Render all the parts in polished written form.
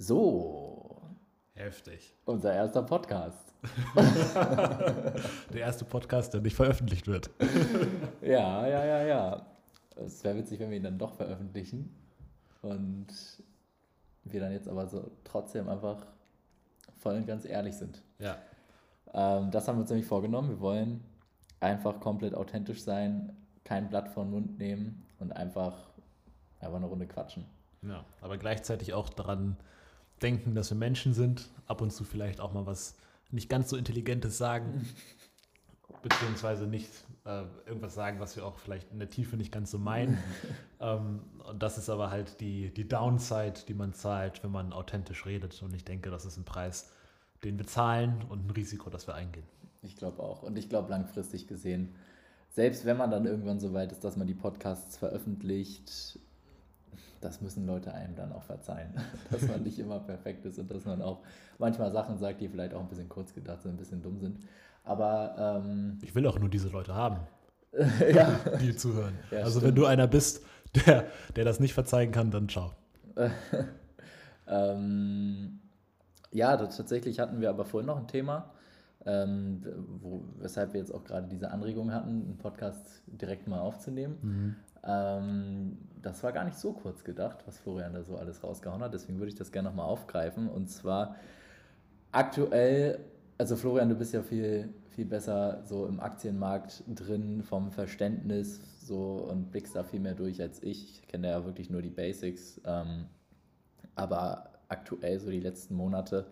So, Heftig. unser erster Podcast. Der erste Podcast, der nicht veröffentlicht wird. Ja. Es wäre witzig, wenn wir ihn dann doch veröffentlichen und wir dann jetzt aber so trotzdem einfach voll und ganz ehrlich sind. Ja. Das haben wir uns nämlich vorgenommen. Wir wollen einfach komplett authentisch sein, kein Blatt vor den Mund nehmen und einfach eine Runde quatschen. Ja, aber gleichzeitig auch daran denken, dass wir Menschen sind, ab und zu vielleicht auch mal was nicht ganz so Intelligentes sagen, beziehungsweise nicht irgendwas sagen, was wir auch vielleicht in der Tiefe nicht ganz so meinen. Und das ist aber halt die Downside, die man zahlt, wenn man authentisch redet. Und ich denke, das ist ein Preis, den wir zahlen und ein Risiko, das wir eingehen. Ich glaube auch. Und ich glaube langfristig gesehen, selbst wenn man dann irgendwann so weit ist, dass man die Podcasts veröffentlicht, das müssen Leute einem dann auch verzeihen, dass man nicht immer perfekt ist und dass man auch manchmal Sachen sagt, die vielleicht auch ein bisschen kurz gedacht sind, ein bisschen dumm sind. Aber ich will auch nur diese Leute haben, ja. die zuhören. Ja, also stimmt. wenn du einer bist, der das nicht verzeihen kann, dann ciao. Ja, tatsächlich hatten wir aber vorhin noch ein Thema, weshalb wir jetzt auch gerade diese Anregung hatten, einen Podcast direkt mal aufzunehmen. Das war gar nicht so kurz gedacht, was Florian da so alles rausgehauen hat. Deswegen würde ich das gerne nochmal aufgreifen. Und zwar aktuell, also Florian, du bist ja viel besser so im Aktienmarkt drin vom Verständnis so und blickst da viel mehr durch als ich. Ich kenne ja wirklich nur die Basics. Aber aktuell so die letzten Monate,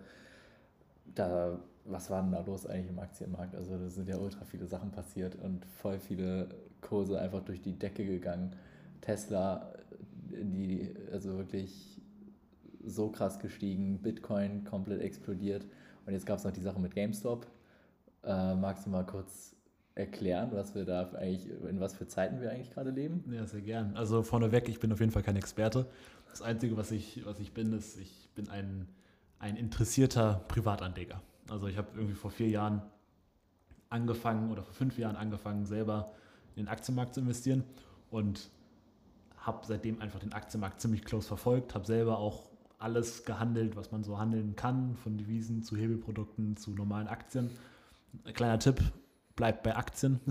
was war denn da los eigentlich im Aktienmarkt? Also da sind ja ultra viele Sachen passiert und voll viele Kurse einfach durch die Decke gegangen. Tesla, also wirklich so krass gestiegen, Bitcoin komplett explodiert und jetzt gab es noch die Sache mit GameStop. Magst du mal kurz erklären, in was für Zeiten wir eigentlich gerade leben? Ja, sehr gern. Also vorneweg, ich bin auf jeden Fall kein Experte. Das Einzige, was ich bin, ist, ich bin ein interessierter Privatanleger. Also ich habe irgendwie vor 4 Jahren angefangen oder vor 5 Jahren angefangen, selber in den Aktienmarkt zu investieren und habe seitdem einfach den Aktienmarkt ziemlich close verfolgt, habe selber auch alles gehandelt, was man so handeln kann, von Devisen zu Hebelprodukten zu normalen Aktien. Ein kleiner Tipp, bleibt bei Aktien.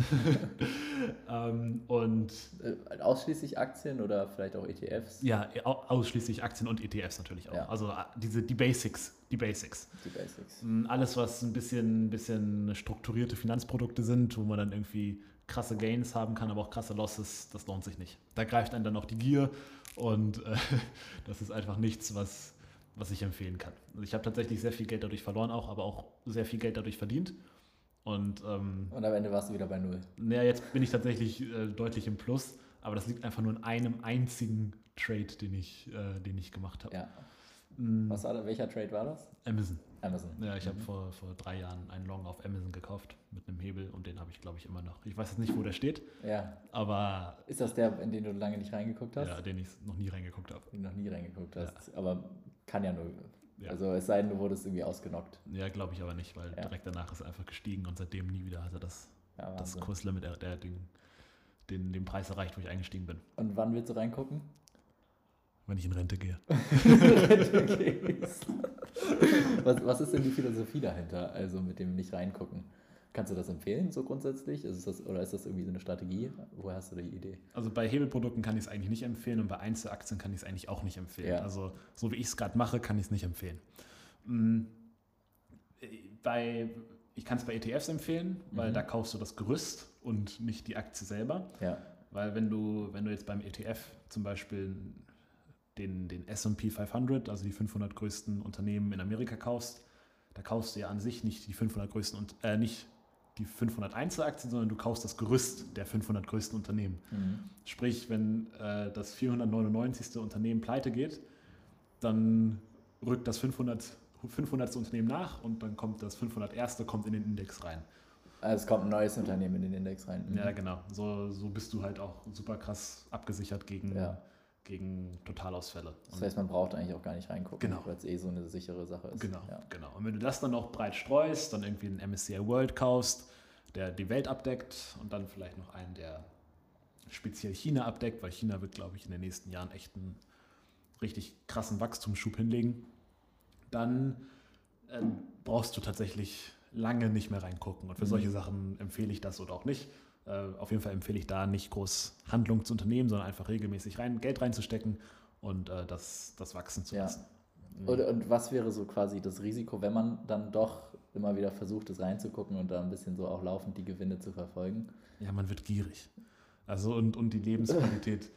Und ausschließlich Aktien oder vielleicht auch ETFs? Ja, ausschließlich Aktien und ETFs natürlich auch. Ja. Also die Basics. Die Basics. Alles, was ein bisschen strukturierte Finanzprodukte sind, wo man dann irgendwie krasse Gains haben kann, aber auch krasse Losses, das lohnt sich nicht. Da greift einen dann auch die Gier und das ist einfach nichts, was ich empfehlen kann. Also ich habe tatsächlich sehr viel Geld dadurch verloren auch, aber auch sehr viel Geld dadurch verdient. Und am Ende warst du wieder bei Null. Naja, jetzt bin ich tatsächlich deutlich im Plus, aber das liegt einfach nur in einem einzigen Trade, den ich gemacht habe. Ja. Welcher Trade war das? Amazon. Amazon. Ja, ich habe vor 3 Jahren einen Long auf Amazon gekauft mit einem Hebel und den habe ich, glaube ich, immer noch. Ich weiß jetzt nicht, wo der steht. Ja. Aber. Ist das der, in den du lange nicht reingeguckt hast? Ja, den ich noch nie reingeguckt habe. Den du noch nie reingeguckt hast. Ja. Aber kann ja nur. Ja. Also es sei denn, du wurdest irgendwie ausgenockt. Ja, glaube ich aber nicht, weil direkt danach ist er einfach gestiegen und seitdem nie wieder hat er das Kurslimit, der den Preis erreicht, wo ich eingestiegen bin. Und wann willst du reingucken? Wenn ich in Rente gehe. Was ist denn die Philosophie dahinter, also mit dem nicht reingucken? Kannst du das empfehlen, so grundsätzlich? Oder ist das irgendwie so eine Strategie? Woher hast du die Idee? Also bei Hebelprodukten kann ich es eigentlich nicht empfehlen und bei Einzelaktien kann ich es eigentlich auch nicht empfehlen. Ja. Also so wie ich es gerade mache, kann ich es nicht empfehlen. Ich kann es bei ETFs empfehlen, weil da kaufst du das Gerüst und nicht die Aktie selber. Ja. Weil wenn du jetzt beim ETF zum Beispiel den S&P 500, also die 500 größten Unternehmen in Amerika kaufst, da kaufst du ja an sich nicht die 500 größten nicht die 500 Einzelaktien, sondern du kaufst das Gerüst der 500 größten Unternehmen. Sprich, wenn das 499. Unternehmen pleite geht, dann rückt das 500. Unternehmen nach und dann kommt das 501. kommt in den Index rein. Also es kommt ein neues Unternehmen in den Index rein. Ja, genau. So bist du halt auch super krass abgesichert gegen Totalausfälle. Das heißt, man braucht eigentlich auch gar nicht reingucken, genau. Weil es so eine sichere Sache ist. Genau. Und wenn du das dann noch breit streust, dann irgendwie einen MSCI World kaufst, der die Welt abdeckt und dann vielleicht noch einen, der speziell China abdeckt, weil China wird, glaube ich, in den nächsten Jahren echt einen richtig krassen Wachstumsschub hinlegen. dann brauchst du tatsächlich lange nicht mehr reingucken. Und für solche Sachen empfehle ich das oder auch nicht. Auf jeden Fall empfehle ich da nicht groß Handlung zu unternehmen, sondern einfach regelmäßig Geld reinzustecken und das wachsen zu lassen. Und was wäre so quasi das Risiko, wenn man dann doch immer wieder versucht, es reinzugucken und da ein bisschen so auch laufend die Gewinne zu verfolgen? Ja, man wird gierig. Also und die Lebensqualität,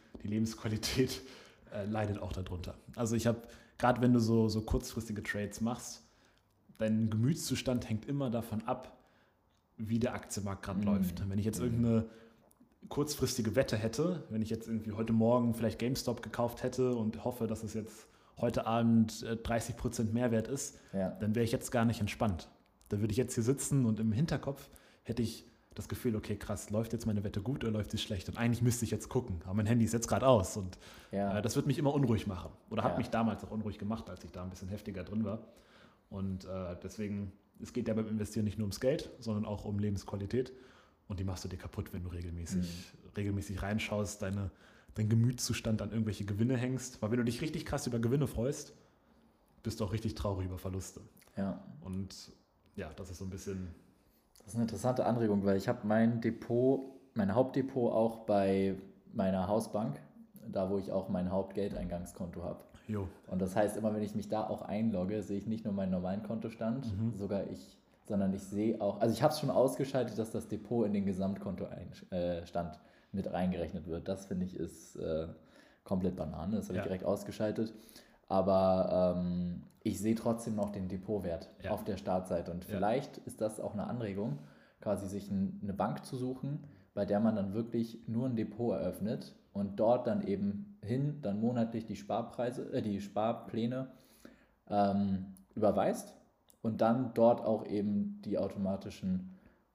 leidet auch darunter. Also ich habe, gerade wenn du so kurzfristige Trades machst, dein Gemütszustand hängt immer davon ab, wie der Aktienmarkt gerade läuft. Wenn ich jetzt irgendeine kurzfristige Wette hätte, wenn ich jetzt irgendwie heute Morgen vielleicht GameStop gekauft hätte und hoffe, dass es jetzt heute Abend 30% Mehrwert ist, dann wäre ich jetzt gar nicht entspannt. Da würde ich jetzt hier sitzen und im Hinterkopf hätte ich das Gefühl, okay, krass, läuft jetzt meine Wette gut oder läuft sie schlecht? Und eigentlich müsste ich jetzt gucken, aber mein Handy ist jetzt gerade aus und das wird mich immer unruhig machen. Oder hat mich damals auch unruhig gemacht, als ich da ein bisschen heftiger drin war. Und deswegen, es geht ja beim Investieren nicht nur ums Geld, sondern auch um Lebensqualität. Und die machst du dir kaputt, wenn du regelmäßig reinschaust, deinen Gemütszustand an irgendwelche Gewinne hängst. Weil wenn du dich richtig krass über Gewinne freust, bist du auch richtig traurig über Verluste. Ja. Und ja, das ist so ein bisschen... Das ist eine interessante Anregung, weil ich habe mein Hauptdepot auch bei meiner Hausbank, da wo ich auch mein Hauptgeldeingangskonto habe. Jo. Und das heißt, immer wenn ich mich da auch einlogge, sehe ich nicht nur meinen normalen Kontostand, sondern ich sehe auch, also ich habe es schon ausgeschaltet, dass das Depot in den Gesamtkontostand mit reingerechnet wird. Das finde ich ist komplett Banane, das habe ich direkt ausgeschaltet. Aber ich sehe trotzdem noch den Depotwert auf der Startseite. Und vielleicht ist das auch eine Anregung, quasi sich eine Bank zu suchen, bei der man dann wirklich nur ein Depot eröffnet und dort dann eben dann monatlich die Sparpläne überweist und dann dort auch eben die automatischen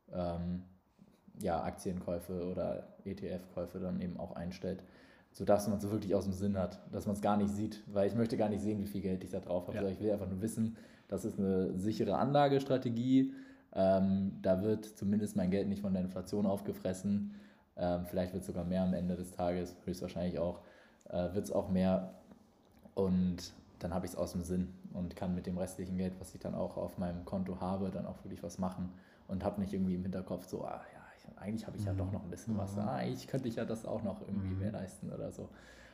Aktienkäufe oder ETF-Käufe dann eben auch einstellt, sodass man es so wirklich aus dem Sinn hat, dass man es gar nicht sieht, weil ich möchte gar nicht sehen, wie viel Geld ich da drauf habe. Ich will einfach nur wissen, das ist eine sichere Anlagestrategie, da wird zumindest mein Geld nicht von der Inflation aufgefressen, vielleicht wird es sogar mehr am Ende des Tages, höchstwahrscheinlich auch, wird es auch mehr und dann habe ich es aus dem Sinn und kann mit dem restlichen Geld, was ich dann auch auf meinem Konto habe, dann auch wirklich was machen und habe nicht irgendwie im Hinterkopf so, eigentlich habe ich ja doch noch ein bisschen was, eigentlich könnte ich ja das auch noch irgendwie mehr leisten oder so.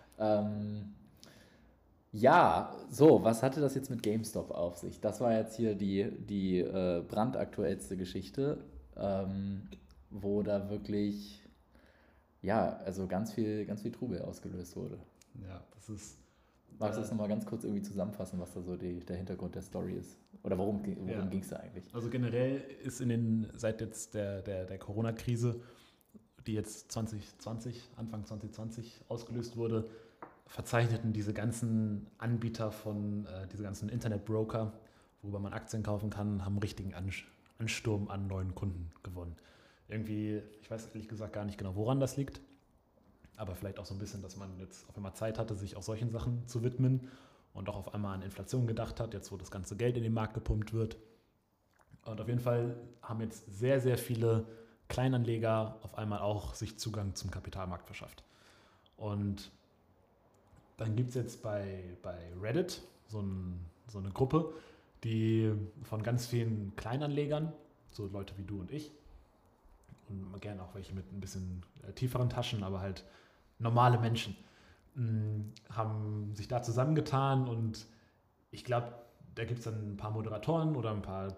Was hatte das jetzt mit GameStop auf sich? Das war jetzt hier die brandaktuellste Geschichte, wo da wirklich also ganz viel Trubel ausgelöst wurde. Ja, das ist... Magst du das nochmal ganz kurz irgendwie zusammenfassen, was da so der Hintergrund der Story ist? Oder worum ging es da eigentlich? Also generell ist seit jetzt der Corona-Krise, die jetzt Anfang 2020 ausgelöst wurde, verzeichneten diese ganzen Anbieter diese ganzen Internetbroker, worüber man Aktien kaufen kann, haben einen richtigen Ansturm an neuen Kunden gewonnen. Irgendwie, ich weiß ehrlich gesagt gar nicht genau, woran das liegt. Aber vielleicht auch so ein bisschen, dass man jetzt auf einmal Zeit hatte, sich auch solchen Sachen zu widmen und auch auf einmal an Inflation gedacht hat, jetzt wo das ganze Geld in den Markt gepumpt wird. Und auf jeden Fall haben jetzt sehr, sehr viele Kleinanleger auf einmal auch sich Zugang zum Kapitalmarkt verschafft. Und dann gibt es jetzt bei Reddit so eine Gruppe, die von ganz vielen Kleinanlegern, so Leute wie du und ich, und gerne auch welche mit ein bisschen tieferen Taschen, aber halt normale Menschen, haben sich da zusammengetan und ich glaube, da gibt es dann ein paar Moderatoren oder ein paar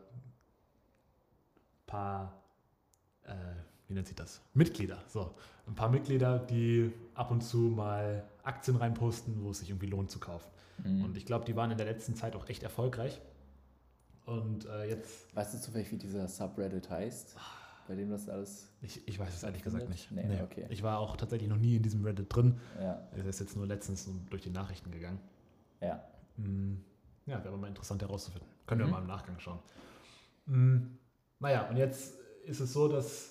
wie nennt sich das? Mitglieder. So, ein paar Mitglieder, die ab und zu mal Aktien reinposten, wo es sich irgendwie lohnt zu kaufen. Und ich glaube, die waren in der letzten Zeit auch echt erfolgreich. Und jetzt... Weißt du zufällig, wie dieser Subreddit heißt? Bei dem das alles... Ich weiß es ehrlich gesagt nicht. Nee, okay. Ich war auch tatsächlich noch nie in diesem Reddit drin. Ja. Er ist jetzt nur letztens durch die Nachrichten gegangen. Ja. Ja, wäre aber mal interessant herauszufinden. Können wir mal im Nachgang schauen. Naja, und jetzt ist es so, dass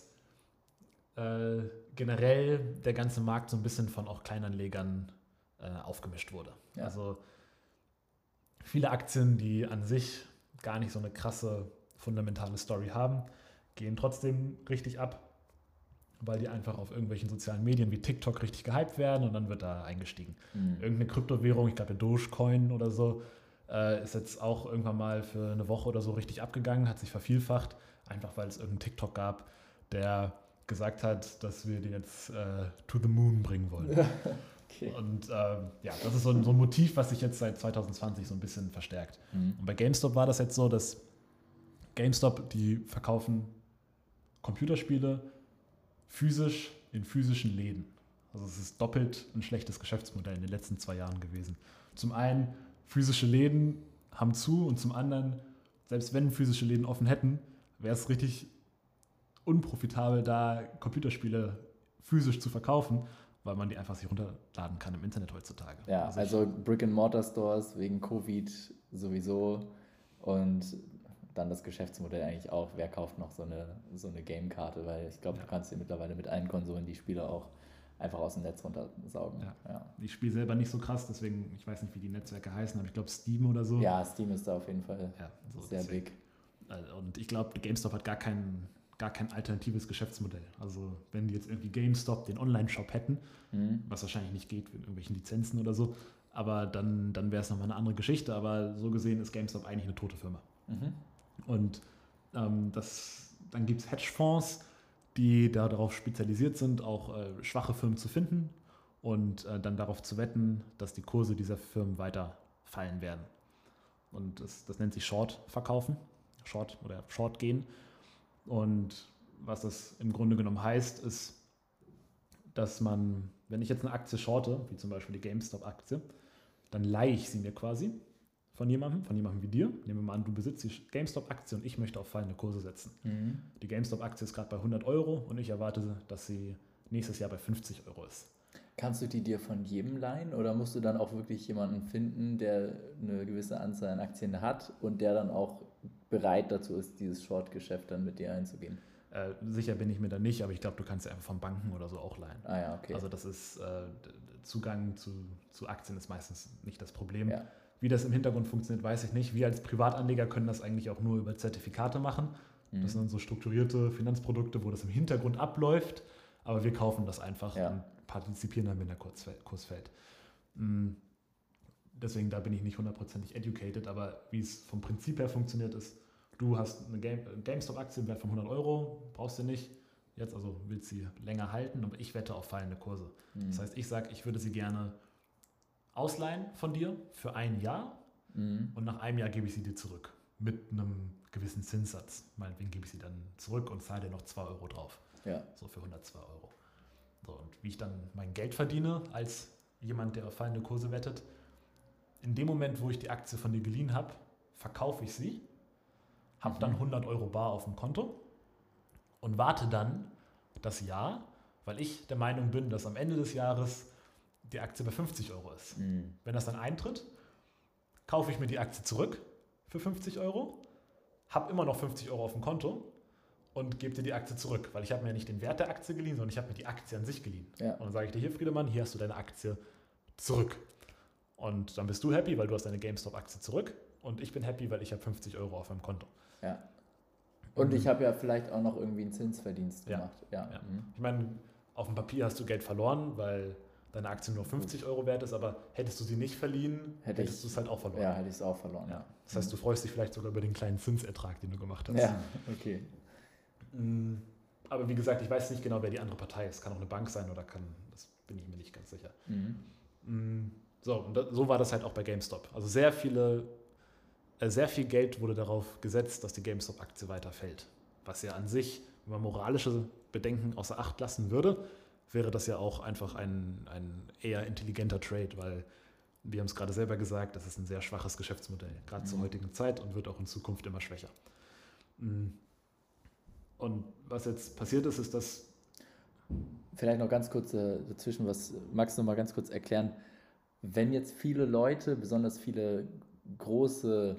generell der ganze Markt so ein bisschen von auch Kleinanlegern aufgemischt wurde. Ja. Also viele Aktien, die an sich gar nicht so eine krasse fundamentale Story haben, gehen trotzdem richtig ab, weil die einfach auf irgendwelchen sozialen Medien wie TikTok richtig gehypt werden und dann wird da eingestiegen. Irgendeine Kryptowährung, ich glaube der Dogecoin oder so, ist jetzt auch irgendwann mal für eine Woche oder so richtig abgegangen, hat sich vervielfacht, einfach weil es irgendeinen TikTok gab, der gesagt hat, dass wir den jetzt to the moon bringen wollen. Okay. Und das ist so ein Motiv, was sich jetzt seit 2020 so ein bisschen verstärkt. Und bei GameStop war das jetzt so, dass GameStop, die verkaufen Computerspiele physisch in physischen Läden. Also es ist doppelt ein schlechtes Geschäftsmodell in den letzten 2 Jahren gewesen. Zum einen, physische Läden haben zu und zum anderen, selbst wenn physische Läden offen hätten, wäre es richtig unprofitabel, da Computerspiele physisch zu verkaufen, weil man die einfach sich runterladen kann im Internet heutzutage. Ja, also Brick-and-Mortar-Stores wegen Covid sowieso und dann das Geschäftsmodell eigentlich auch, wer kauft noch so eine Game-Karte, weil ich glaube, du kannst dir mittlerweile mit allen Konsolen die Spiele auch einfach aus dem Netz runtersaugen. Ja. Ich spiele selber nicht so krass, deswegen, ich weiß nicht, wie die Netzwerke heißen, aber ich glaube Steam oder so. Ja, Steam ist da auf jeden Fall sehr big. Und ich glaube, GameStop hat gar kein alternatives Geschäftsmodell. Also wenn die jetzt irgendwie GameStop den Online-Shop hätten, was wahrscheinlich nicht geht mit irgendwelchen Lizenzen oder so, aber dann wäre es nochmal eine andere Geschichte. Aber so gesehen ist GameStop eigentlich eine tote Firma. Und dann gibt es Hedgefonds, die darauf spezialisiert sind, auch schwache Firmen zu finden und dann darauf zu wetten, dass die Kurse dieser Firmen weiter fallen werden. Und das nennt sich Short verkaufen, Short oder Short gehen. Und was das im Grunde genommen heißt, ist, dass man, wenn ich jetzt eine Aktie shorte, wie zum Beispiel die GameStop-Aktie, dann leihe ich sie mir quasi von jemandem wie dir. Nehmen wir mal an, du besitzt die GameStop-Aktie und ich möchte auf fallende Kurse setzen. Die GameStop-Aktie ist gerade bei 100 Euro und ich erwarte, dass sie nächstes Jahr bei 50 Euro ist. Kannst du die dir von jedem leihen oder musst du dann auch wirklich jemanden finden, der eine gewisse Anzahl an Aktien hat und der dann auch bereit dazu ist, dieses Short-Geschäft dann mit dir einzugehen? Sicher bin ich mir da nicht, aber ich glaube, du kannst ja einfach von Banken oder so auch leihen. Ah ja, okay. Also das ist, Zugang zu Aktien ist meistens nicht das Problem. Ja. Wie das im Hintergrund funktioniert, weiß ich nicht. Wir als Privatanleger können das eigentlich auch nur über Zertifikate machen. Das sind so strukturierte Finanzprodukte, wo das im Hintergrund abläuft, aber wir kaufen das einfach und partizipieren dann, wenn der Kurs fällt. Deswegen, da bin ich nicht 100% educated, aber wie es vom Prinzip her funktioniert ist, du hast eine GameStop-Aktie im Wert von 100 Euro, brauchst du nicht, jetzt also willst sie länger halten, aber ich wette auf fallende Kurse. Das heißt, ich sage, ich würde sie gerne ausleihen von dir für 1 Jahr und nach 1 Jahr gebe ich sie dir zurück mit einem gewissen Zinssatz. Meinetwegen gebe ich sie dann zurück und zahle dir noch 2 Euro drauf. Ja. So für 102 Euro. So, und wie ich dann mein Geld verdiene als jemand, der auf fallende Kurse wettet, in dem Moment, wo ich die Aktie von dir geliehen habe, verkaufe ich sie, habe dann 100 Euro bar auf dem Konto und warte dann das Jahr, weil ich der Meinung bin, dass am Ende des Jahres die Aktie bei 50 Euro ist. Wenn das dann eintritt, kaufe ich mir die Aktie zurück für 50 Euro, habe immer noch 50 Euro auf dem Konto und gebe dir die Aktie zurück, weil ich habe mir ja nicht den Wert der Aktie geliehen, sondern ich habe mir die Aktie an sich geliehen. Ja. Und dann sage ich dir, hier Friedemann, hier hast du deine Aktie zurück. Und dann bist du happy, weil du hast deine GameStop-Aktie zurück und ich bin happy, weil ich habe 50 Euro auf meinem Konto. Ja. Und ich habe ja vielleicht auch noch irgendwie einen Zinsverdienst gemacht. Ja. Ich meine, auf dem Papier hast du Geld verloren, weil deine Aktie nur 50 Euro wert ist, aber hättest du sie nicht verliehen, hättest du es halt auch verloren. Ja, hätte ich es auch verloren. Ja. Das heißt, du freust dich vielleicht sogar über den kleinen Zinsertrag, den du gemacht hast. Ja, okay. Aber wie gesagt, ich weiß nicht genau, wer die andere Partei ist. Kann auch eine Bank sein oder das bin ich mir nicht ganz sicher. So, und so war das halt auch bei GameStop. Also sehr viel Geld wurde darauf gesetzt, dass die GameStop-Aktie weiterfällt. Was ja an sich, wenn man moralische Bedenken außer Acht lassen würde, wäre das ja auch einfach ein eher intelligenter Trade, weil wir haben es gerade selber gesagt, das ist ein sehr schwaches Geschäftsmodell, gerade zur heutigen Zeit und wird auch in Zukunft immer schwächer. Und was jetzt passiert ist, ist, dass... Vielleicht noch ganz kurz dazwischen, magst du noch mal ganz kurz erklären, wenn jetzt viele Leute, besonders viele große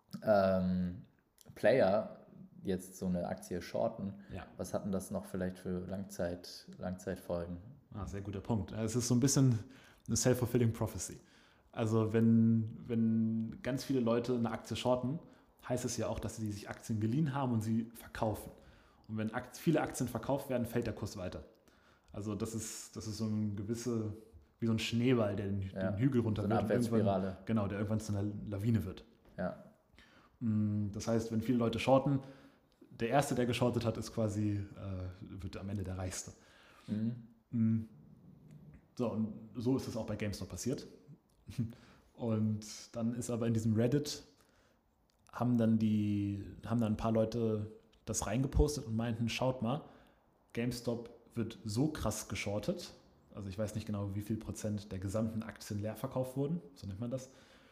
Player jetzt so eine Aktie shorten, was hatten das noch vielleicht für Langzeitfolgen? Sehr guter Punkt. Es ist so ein bisschen eine self-fulfilling prophecy. Also wenn ganz viele Leute eine Aktie shorten, heißt es ja auch, dass sie sich Aktien geliehen haben und sie verkaufen. Und wenn viele Aktien verkauft werden, fällt der Kurs weiter. Also das ist so eine gewisse wie so ein Schneeball, der den Hügel runter so eine Abwärtsspirale. Genau, der irgendwann zu einer Lawine wird. Ja. Das heißt, wenn viele Leute shorten, der Erste, der geschortet hat, ist quasi, wird am Ende der Reichste. So, und so ist es auch bei GameStop passiert. Und dann ist aber in diesem Reddit, haben dann ein paar Leute das reingepostet und meinten, schaut mal, GameStop wird so krass geschortet, also ich weiß nicht genau, wie viel Prozent der gesamten Aktien leer verkauft wurden, so nennt man das.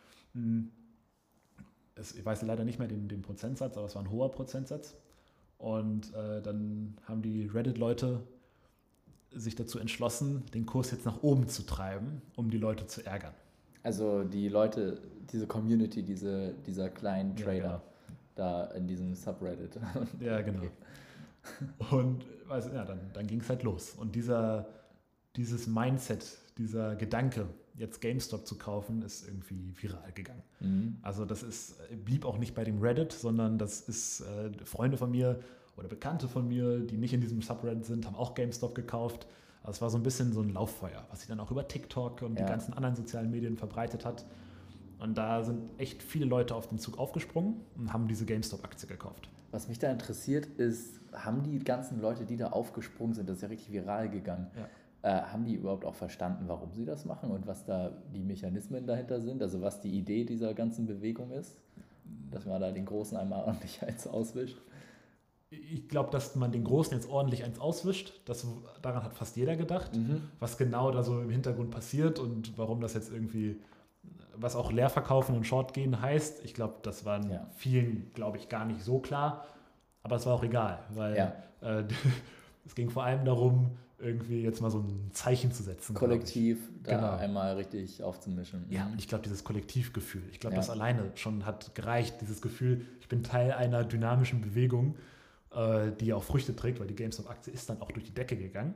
Ich weiß leider nicht mehr den Prozentsatz, aber es war ein hoher Prozentsatz. Und dann haben die Reddit-Leute sich dazu entschlossen, den Kurs jetzt nach oben zu treiben, um die Leute zu ärgern. Also die Leute, diese Community, dieser kleinen Trader da in diesem Subreddit. Ja, genau. Okay. Und dann ging es halt los. Und dieses Mindset, dieser Gedanke, jetzt GameStop zu kaufen, ist irgendwie viral gegangen. Also das blieb auch nicht bei dem Reddit, sondern das ist Freunde von mir oder Bekannte von mir, die nicht in diesem Subreddit sind, haben auch GameStop gekauft. Also es war so ein bisschen so ein Lauffeuer, was sich dann auch über TikTok und die ganzen anderen sozialen Medien verbreitet hat. Und da sind echt viele Leute auf den Zug aufgesprungen und haben diese GameStop-Aktie gekauft. Was mich da interessiert ist, haben die ganzen Leute, die da aufgesprungen sind, das ist ja richtig viral gegangen, haben die überhaupt auch verstanden, warum sie das machen und was da die Mechanismen dahinter sind? Also was die Idee dieser ganzen Bewegung ist? Dass man da den Großen einmal ordentlich eins auswischt? Ich glaube, dass man den Großen jetzt ordentlich eins auswischt. Daran hat fast jeder gedacht. Was genau da so im Hintergrund passiert und warum das jetzt irgendwie, was auch Leerverkaufen und Short gehen heißt, ich glaube, das war vielen, glaube ich, gar nicht so klar. Aber es war auch egal, weil es ging vor allem darum, irgendwie jetzt mal so ein Zeichen zu setzen. Kollektiv da einmal richtig aufzumischen. Ja, und ich glaube, dieses Kollektivgefühl, ich glaube, das alleine schon hat gereicht, dieses Gefühl, ich bin Teil einer dynamischen Bewegung, die auch Früchte trägt, weil die GameStop-Aktie ist dann auch durch die Decke gegangen.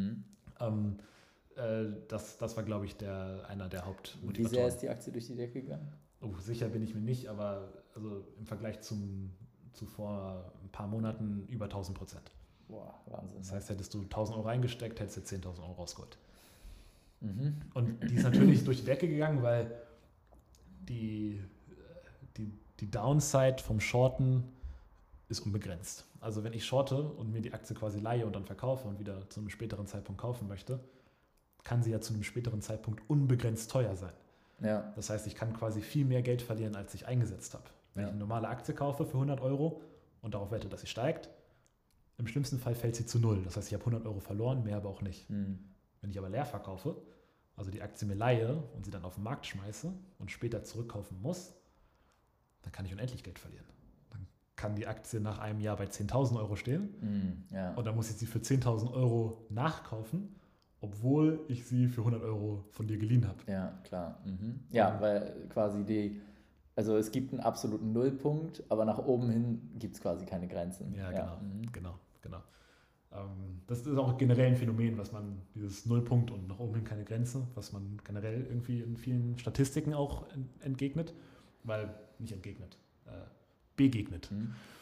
Das war, glaube ich, einer der Hauptmotivatoren. Wie sehr ist die Aktie durch die Decke gegangen? Sicher bin ich mir nicht, aber also im Vergleich zu vor ein paar Monaten über 1000%. Boah, Wahnsinn. Das heißt, hättest du 1.000 Euro reingesteckt, hättest du 10.000 Euro rausgeholt. Und die ist natürlich durch die Decke gegangen, weil die Downside vom Shorten ist unbegrenzt. Also wenn ich shorte und mir die Aktie quasi leihe und dann verkaufe und wieder zu einem späteren Zeitpunkt kaufen möchte, kann sie ja zu einem späteren Zeitpunkt unbegrenzt teuer sein. Ja. Das heißt, ich kann quasi viel mehr Geld verlieren, als ich eingesetzt habe. Wenn ich eine normale Aktie kaufe für 100 Euro und darauf wette, dass sie steigt, im schlimmsten Fall fällt sie zu 0. Das heißt, ich habe 100 Euro verloren, mehr aber auch nicht. Wenn ich aber leer verkaufe, also die Aktie mir leihe und sie dann auf den Markt schmeiße und später zurückkaufen muss, dann kann ich unendlich Geld verlieren. Dann kann die Aktie nach einem Jahr bei 10.000 Euro stehen und dann muss ich sie für 10.000 Euro nachkaufen, obwohl ich sie für 100 Euro von dir geliehen habe. Ja, klar. Ja, weil quasi also es gibt einen absoluten Nullpunkt, aber nach oben hin gibt es quasi keine Grenzen. Ja, genau. Das ist auch generell ein Phänomen, was man, dieses Nullpunkt und nach oben hin keine Grenze, was man generell irgendwie in vielen Statistiken auch begegnet.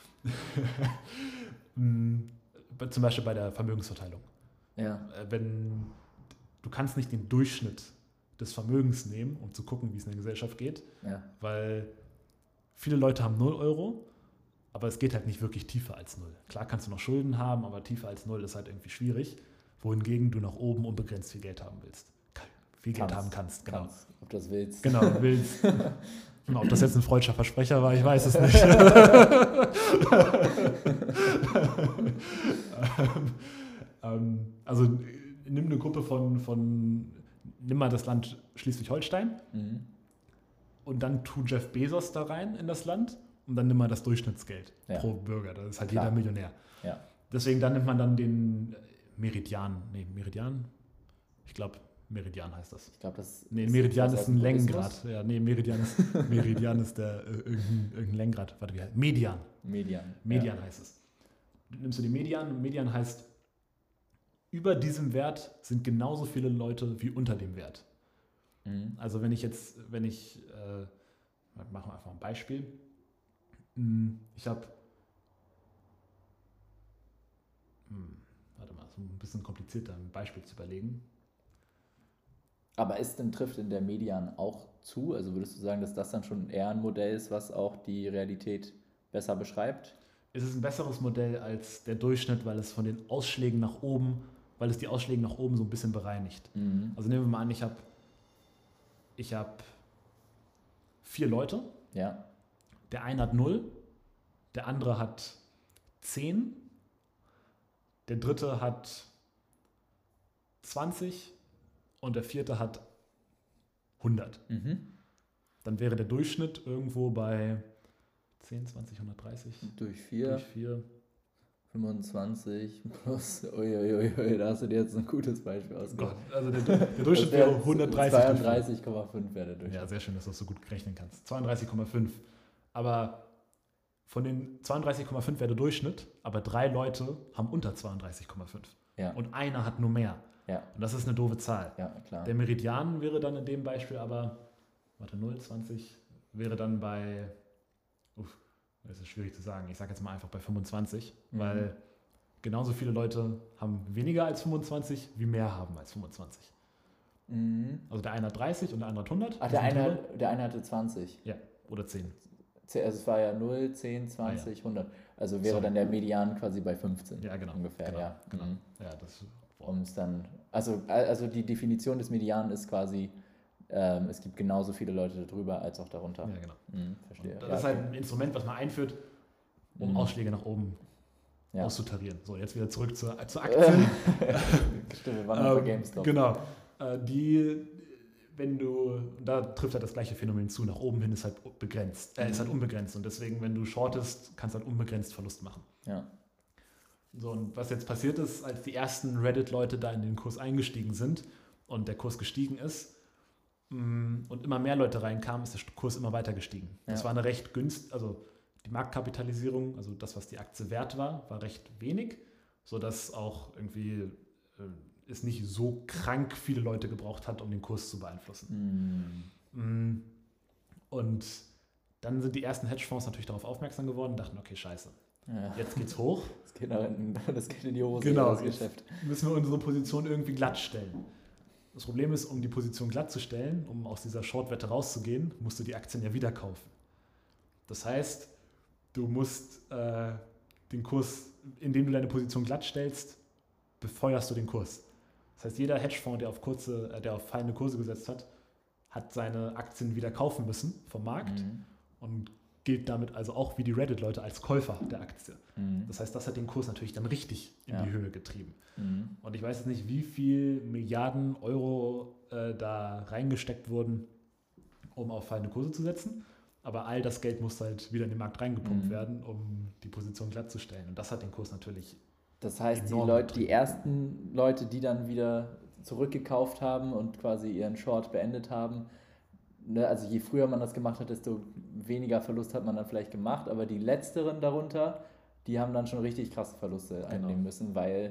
Zum Beispiel bei der Vermögensverteilung. Ja. Du kannst nicht den Durchschnitt des Vermögens nehmen, um zu gucken, wie es in der Gesellschaft geht, weil viele Leute haben 0 Euro, aber es geht halt nicht wirklich tiefer als 0. Klar kannst du noch Schulden haben, aber tiefer als 0 ist halt irgendwie schwierig, wohingegen du nach oben unbegrenzt viel Geld haben willst. Geld haben kannst, genau. Ob du das willst. Genau, willst. Ob das jetzt ein freudscher Versprecher war, ich weiß es nicht. Also nimm eine Gruppe nimm mal das Land Schleswig-Holstein und dann tu Jeff Bezos da rein in das Land und dann nimm mal das Durchschnittsgeld pro Bürger. Das ist halt jeder Millionär. Ja. Deswegen dann nimmt man dann den Meridian. Ich glaube, Meridian heißt das. Ich glaube, das Meridian ist ein Längengrad. Ja, Meridian ist der irgendein Längengrad. Warte, wie heißt Median. Median heißt es. Nimmst du die Median? Median heißt, über diesem Wert sind genauso viele Leute wie unter dem Wert. Also machen wir einfach ein Beispiel. Ich habe, warte mal, so ein bisschen komplizierter ein Beispiel zu überlegen. Aber trifft in der Median auch zu? Also würdest du sagen, dass das dann schon eher ein Modell ist, was auch die Realität besser beschreibt? Es ist ein besseres Modell als der Durchschnitt, weil es die Ausschläge nach oben so ein bisschen bereinigt. Mhm. Also nehmen wir mal an, ich hab 4 Leute. Ja. Der eine hat 0, der andere hat 10, der dritte hat 20 und der vierte hat 100. Mhm. Dann wäre der Durchschnitt irgendwo bei 10, 20, 130. Durch 4. Durch 4. 25 plus, uiuiui, da hast du dir jetzt ein gutes Beispiel ausgedacht. Also der Durchschnitt wäre 130. 32,5 wäre der Durchschnitt. Ja, sehr schön, dass du das so gut rechnen kannst. 32,5. Aber von den 32,5 wäre der Durchschnitt, aber 3 Leute haben unter 32,5. Ja. Und einer hat nur mehr. Ja. Und das ist eine doofe Zahl. Ja, klar. Der Meridian wäre dann in dem Beispiel aber, 0,20 wäre dann bei, das ist schwierig zu sagen, ich sage jetzt mal einfach bei 25, weil genauso viele Leute haben weniger als 25, wie mehr haben als 25. Mhm. Also der eine hat 30 und der andere hat 100. Ach, der eine hatte 20. Ja, oder 10. Also es war ja 0, 10, 20, 100. Also wäre dann der Median quasi bei 15. Ja, genau. Ungefähr, genau, ja. Genau. Mhm. Ja, das, um es dann, also die Definition des Median ist quasi, es gibt genauso viele Leute darüber als auch darunter. Ja, genau. Verstehe. Und das ist halt ein Instrument, was man einführt, um Ausschläge nach oben auszutarieren. So, jetzt wieder zurück zur Aktien. Stimmt, wir waren noch bei GameStop. Genau. Da trifft halt das gleiche Phänomen zu, nach oben hin ist halt begrenzt, ist halt unbegrenzt und deswegen, wenn du shortest, kannst du halt unbegrenzt Verlust machen. Ja. So, und was jetzt passiert ist, als die ersten Reddit-Leute da in den Kurs eingestiegen sind und der Kurs gestiegen ist und immer mehr Leute reinkamen, ist der Kurs immer weiter gestiegen. Ja. Das war eine recht günstig, also die Marktkapitalisierung, also das, was die Aktie wert war recht wenig, sodass auch irgendwie es nicht so krank viele Leute gebraucht hat, um den Kurs zu beeinflussen. Und dann sind die ersten Hedgefonds natürlich darauf aufmerksam geworden und dachten, okay, scheiße, jetzt geht's hoch. Das geht in die Hose, genau, das Geschäft. Müssen wir unsere Position irgendwie glatt stellen. Das Problem ist, um die Position glatt zu stellen, um aus dieser Short-Wette rauszugehen, musst du die Aktien ja wieder kaufen. Das heißt, du musst den Kurs, indem du deine Position glatt stellst, befeuerst du den Kurs. Das heißt, jeder Hedgefonds, der auf fallende Kurse gesetzt hat seine Aktien wieder kaufen müssen vom Markt und gilt damit also auch wie die Reddit-Leute als Käufer der Aktie. Das heißt, das hat den Kurs natürlich dann richtig in die Höhe getrieben. Und ich weiß jetzt nicht, wie viel Milliarden Euro da reingesteckt wurden, um auf fallende Kurse zu setzen. Aber all das Geld muss halt wieder in den Markt reingepumpt werden, um die Position glatt zu stellen. Und das hat den Kurs natürlich. Das heißt, die ersten Leute, die dann wieder zurückgekauft haben und quasi ihren Short beendet haben, ne, also je früher man das gemacht hat, desto weniger Verlust hat man dann vielleicht gemacht, aber die letzteren darunter, die haben dann schon richtig krasse Verluste einnehmen müssen, weil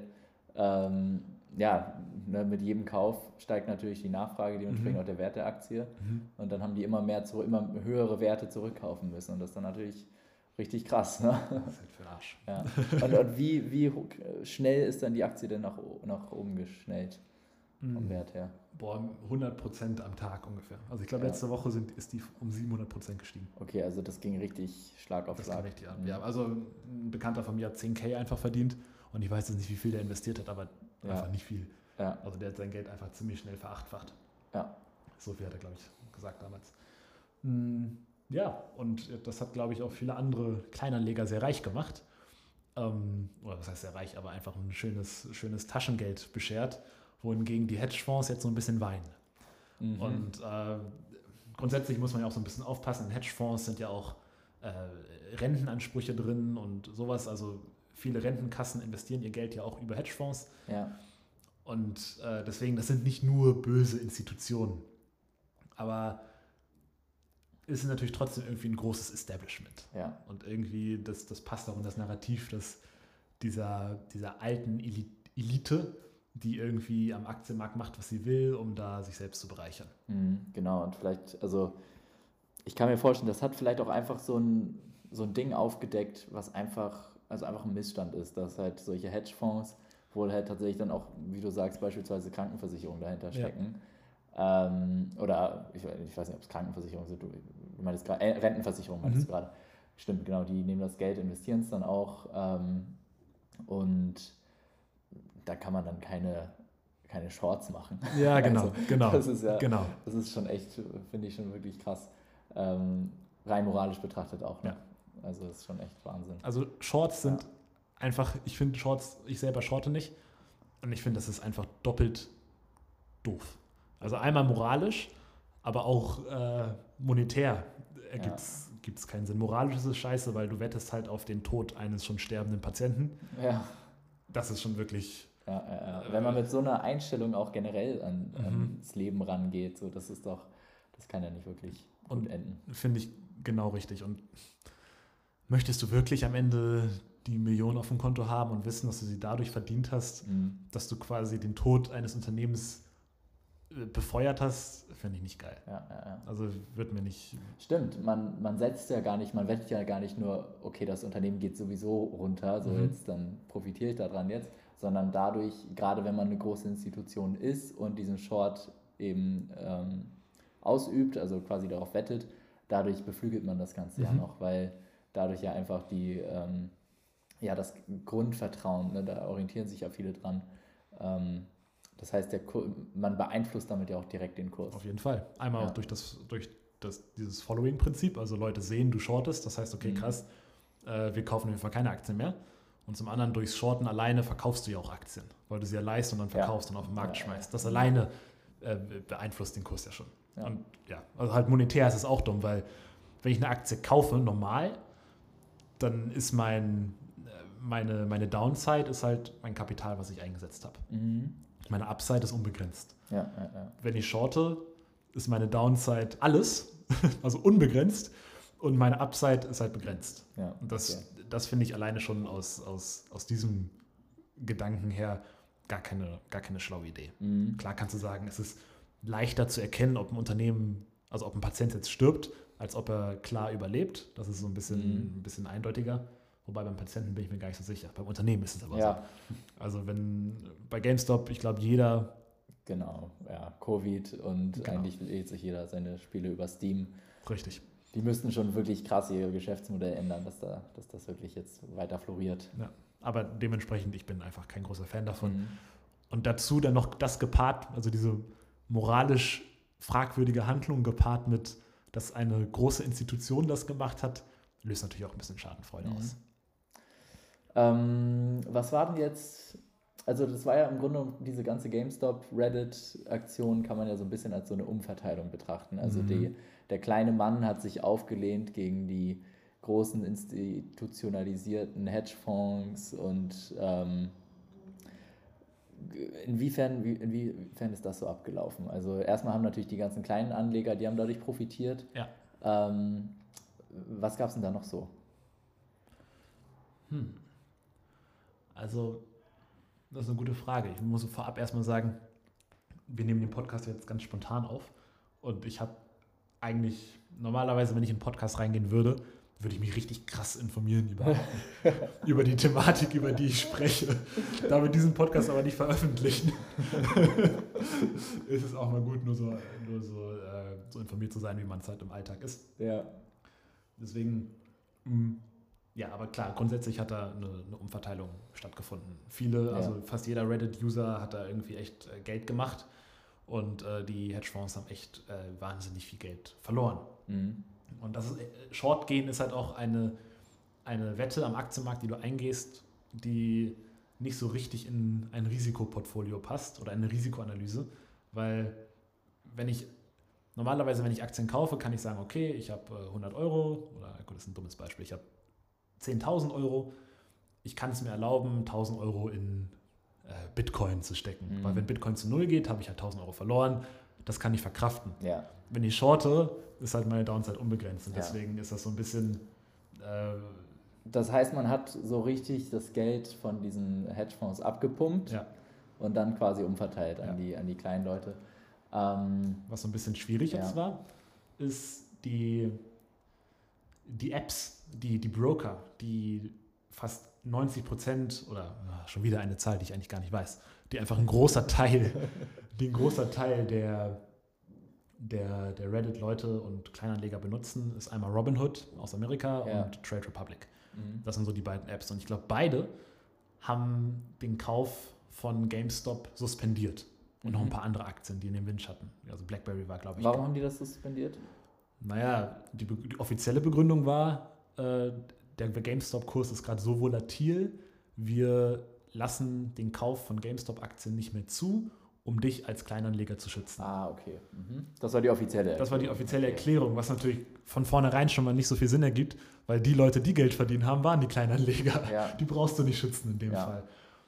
mit jedem Kauf steigt natürlich die Nachfrage, dementsprechend auch der Wert der Aktie und dann haben die immer höhere Werte zurückkaufen müssen und das ist dann natürlich richtig krass. Ne? Das ist halt für den Arsch. Ja. Und wie schnell ist dann die Aktie denn nach oben geschnellt vom Wert her? 100% am Tag ungefähr. Also ich glaube, letzte Woche ist die um 700% gestiegen. Okay, also das ging richtig Schlag auf Schlag. Das ging richtig ab. Ja, also ein Bekannter von mir hat 10.000 einfach verdient und ich weiß jetzt nicht, wie viel der investiert hat, aber einfach nicht viel. Ja. Also der hat sein Geld einfach ziemlich schnell verachtfacht. Ja. So viel hat er, glaube ich, gesagt damals. Ja, und das hat, glaube ich, auch viele andere Kleinanleger sehr reich gemacht. Oder was heißt sehr reich, aber einfach ein schönes Taschengeld beschert, wohingegen die Hedgefonds jetzt so ein bisschen weinen. Und grundsätzlich muss man ja auch so ein bisschen aufpassen. In Hedgefonds sind ja auch Rentenansprüche drin und sowas. Also viele Rentenkassen investieren ihr Geld ja auch über Hedgefonds. Ja. Und deswegen, das sind nicht nur böse Institutionen. Aber es ist natürlich trotzdem irgendwie ein großes Establishment. Ja. Und irgendwie, das passt auch in das Narrativ, dass dieser alten Elite, die irgendwie am Aktienmarkt macht, was sie will, um da sich selbst zu bereichern. Genau, und vielleicht, also ich kann mir vorstellen, das hat vielleicht auch einfach so ein Ding aufgedeckt, was einfach ein Missstand ist, dass halt solche Hedgefonds wohl halt tatsächlich dann auch, wie du sagst, beispielsweise Krankenversicherungen dahinter stecken. Oder ich weiß nicht, ob es Krankenversicherungen sind, du meintest gerade, Rentenversicherung meintest du gerade. Stimmt, genau, die nehmen das Geld, investieren es dann auch und da kann man dann keine Shorts machen. Ja, genau, genau. Das ist genau. Das ist schon echt, finde ich schon wirklich krass. Rein moralisch betrachtet auch. Ne? Ja. Also das ist schon echt Wahnsinn. Also Shorts sind einfach, ich finde Shorts, ich selber shorte nicht und ich finde, das ist einfach doppelt doof. Also einmal moralisch, aber auch monetär gibt es keinen Sinn. Moralisch ist es scheiße, weil du wettest halt auf den Tod eines schon sterbenden Patienten. Ja. Das ist schon wirklich... Wenn man mit so einer Einstellung auch generell ans Leben rangeht, so, das kann ja nicht wirklich gut enden. Finde ich genau richtig. Und möchtest du wirklich am Ende die Millionen auf dem Konto haben und wissen, dass du sie dadurch verdient hast, dass du quasi den Tod eines Unternehmens befeuert hast, finde ich nicht geil. Also wird mir nicht... Stimmt, man setzt ja gar nicht, man wettet ja gar nicht nur, okay, das Unternehmen geht sowieso runter, so jetzt dann profitiere ich daran jetzt, sondern dadurch, gerade wenn man eine große Institution ist und diesen Short eben ausübt, also quasi darauf wettet, dadurch beflügelt man das Ganze ja noch, weil dadurch ja einfach das Grundvertrauen, ne, da orientieren sich ja viele dran. Das heißt, man beeinflusst damit ja auch direkt den Kurs. Auf jeden Fall. Einmal auch durch dieses Following-Prinzip, also Leute sehen, du shortest, das heißt, okay, krass, wir kaufen auf jeden Fall keine Aktien mehr. Und zum anderen, durchs Shorten alleine verkaufst du ja auch Aktien, weil du sie ja leihst und dann verkaufst und auf den Markt schmeißt. Das alleine beeinflusst den Kurs ja schon. Ja. Und also halt monetär ist es auch dumm, weil wenn ich eine Aktie kaufe, normal, dann ist meine Downside ist halt mein Kapital, was ich eingesetzt habe. Meine Upside ist unbegrenzt. Wenn ich shorte, ist meine Downside alles, also unbegrenzt, und meine Upside ist halt begrenzt. Und das finde ich alleine schon aus diesem Gedanken her gar keine schlaue Idee. Klar kannst du sagen, es ist leichter zu erkennen, ob ein Unternehmen, also ob ein Patient jetzt stirbt, als ob er klar überlebt. Das ist so ein bisschen eindeutiger. Wobei beim Patienten bin ich mir gar nicht so sicher. Beim Unternehmen ist es aber so. Also wenn bei GameStop, ich glaube, jeder... Genau, Covid und eigentlich lädt sich jeder seine Spiele über Steam. Richtig. Die müssten schon wirklich krass ihr Geschäftsmodell ändern, dass das wirklich jetzt weiter floriert. Ja, aber dementsprechend, ich bin einfach kein großer Fan davon. Und dazu dann noch das gepaart, also diese moralisch fragwürdige Handlung gepaart mit, dass eine große Institution das gemacht hat, löst natürlich auch ein bisschen Schadenfreude aus. Was war denn jetzt, also das war ja im Grunde diese ganze GameStop-Reddit-Aktion kann man ja so ein bisschen als so eine Umverteilung betrachten. Also der kleine Mann hat sich aufgelehnt gegen die großen institutionalisierten Hedgefonds und inwiefern ist das so abgelaufen? Also erstmal haben natürlich die ganzen kleinen Anleger, die haben dadurch profitiert. Ja. Was gab es denn da noch so? Also, das ist eine gute Frage. Ich muss vorab erstmal sagen, wir nehmen den Podcast jetzt ganz spontan auf und ich habe eigentlich, normalerweise, wenn ich in einen Podcast reingehen würde ich mich richtig krass informieren über die Thematik, über die ich spreche. Da wir diesen Podcast aber nicht veröffentlichen, ist es auch mal gut, nur so informiert zu sein, wie man es halt im Alltag ist. Ja. Deswegen, aber klar, grundsätzlich hat da eine Umverteilung stattgefunden. Also fast jeder Reddit-User hat da irgendwie echt Geld gemacht und die Hedgefonds haben echt wahnsinnig viel Geld verloren. Und Short gehen ist halt auch eine Wette am Aktienmarkt, die du eingehst, die nicht so richtig in ein Risikoportfolio passt oder eine Risikoanalyse, weil normalerweise, wenn ich Aktien kaufe, kann ich sagen, okay, ich habe 100 Euro oder gut, das ist ein dummes Beispiel, ich habe 10.000 Euro, ich kann es mir erlauben, 1.000 Euro in Bitcoin zu stecken, weil wenn Bitcoin zu Null geht, habe ich halt 1.000 Euro verloren, das kann ich verkraften. Ja. Wenn ich shorte, ist halt meine Downside unbegrenzt und deswegen ist das so ein bisschen... Das heißt, man hat so richtig das Geld von diesen Hedgefonds abgepumpt und dann quasi umverteilt an die kleinen Leute. Was so ein bisschen schwierig jetzt war, ist die Apps, die Broker, die fast 90% oder schon wieder eine Zahl, die ich eigentlich gar nicht weiß, die einfach ein großer Teil der der Reddit-Leute und Kleinanleger benutzen, ist einmal Robinhood aus Amerika und Trade Republic. Das sind so die beiden Apps. Und ich glaube, beide haben den Kauf von GameStop suspendiert. Und noch ein paar andere Aktien, die in den Windschatten. Also BlackBerry war, glaube ich. Warum haben die das suspendiert? Naja, die offizielle Begründung war, der GameStop-Kurs ist gerade so volatil, wir lassen den Kauf von GameStop-Aktien nicht mehr zu, um dich als Kleinanleger zu schützen. Ah, okay. Das war die offizielle Erklärung. Das war die offizielle Erklärung, was natürlich von vornherein schon mal nicht so viel Sinn ergibt, weil die Leute, die Geld verdient haben, waren die Kleinanleger. Ja. Die brauchst du nicht schützen in dem Fall.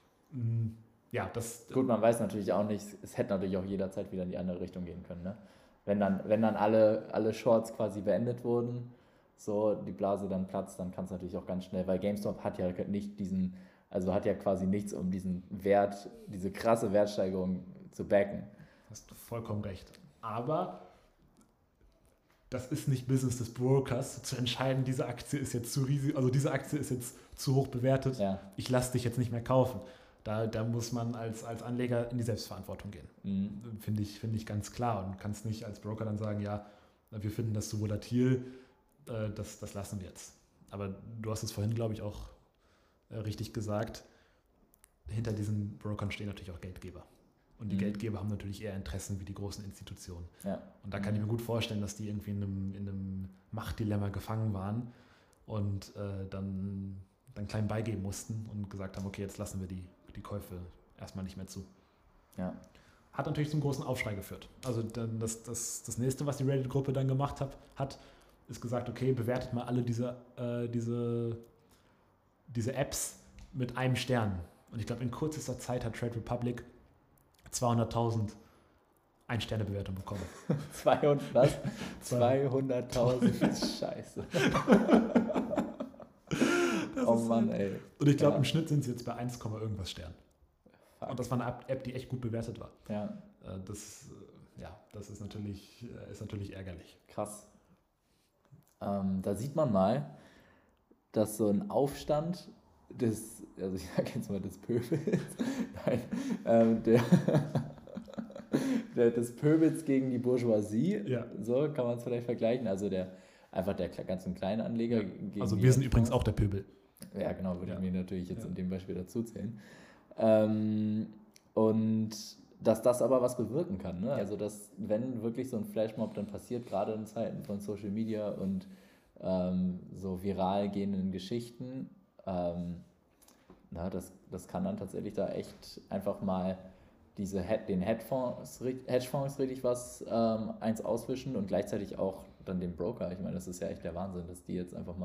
Ja, gut, man weiß natürlich auch nicht, es hätte natürlich auch jederzeit wieder in die andere Richtung gehen können. Ne? Wenn dann alle Shorts quasi beendet wurden, so die Blase dann platzt, dann kann es natürlich auch ganz schnell, weil GameStop hat ja nicht hat ja quasi nichts, um diesen Wert, diese krasse Wertsteigerung zu backen. Hast du vollkommen recht. Aber das ist nicht Business des Brokers, zu entscheiden, diese Aktie ist jetzt zu riesig, also diese Aktie ist jetzt zu hoch bewertet, ich lasse dich jetzt nicht mehr kaufen. Da muss man als Anleger in die Selbstverantwortung gehen. Finde ich ganz klar. Und kannst nicht als Broker dann sagen, ja, wir finden das zu volatil, das lassen wir jetzt. Aber du hast es vorhin, glaube ich, auch richtig gesagt, hinter diesen Brokern stehen natürlich auch Geldgeber. Und die Geldgeber haben natürlich eher Interessen wie die großen Institutionen. Ja. Und da kann ich mir gut vorstellen, dass die irgendwie in einem Machtdilemma gefangen waren und dann klein beigeben mussten und gesagt haben, okay, jetzt lassen wir die Käufe erstmal nicht mehr zu. Ja. Hat natürlich zum großen Aufschrei geführt. Also dann das nächste, was die Reddit-Gruppe dann gemacht hat, ist gesagt, okay, bewertet mal alle diese Apps mit einem Stern. Und ich glaube, in kürzester Zeit hat Trade Republic 200.000 Ein-Sterne-Bewertung bekommen. 200 was? 200.000, scheiße. Oh Mann, ey. Und ich glaube, im Schnitt sind sie jetzt bei 1, irgendwas Sternen. Fuck. Und das war eine App, die echt gut bewertet war. Ja. Das ist natürlich ärgerlich. Krass. Da sieht man mal, dass so ein Aufstand des Pöbels, des Pöbels gegen die Bourgeoisie, so kann man es vielleicht vergleichen, also der ganzen kleinen Anleger. Ja. Also wir sind übrigens auch der Pöbel. Ja, genau, würde ich mir natürlich jetzt in dem Beispiel dazu zählen. Und dass das aber was bewirken kann. Ne? Ja. Also dass, wenn wirklich so ein Flashmob dann passiert, gerade in Zeiten von Social Media und so viral gehenden Geschichten, das kann dann tatsächlich da echt einfach mal den Hedgefonds richtig was eins auswischen und gleichzeitig auch dann den Broker. Ich meine, das ist ja echt der Wahnsinn, dass die jetzt einfach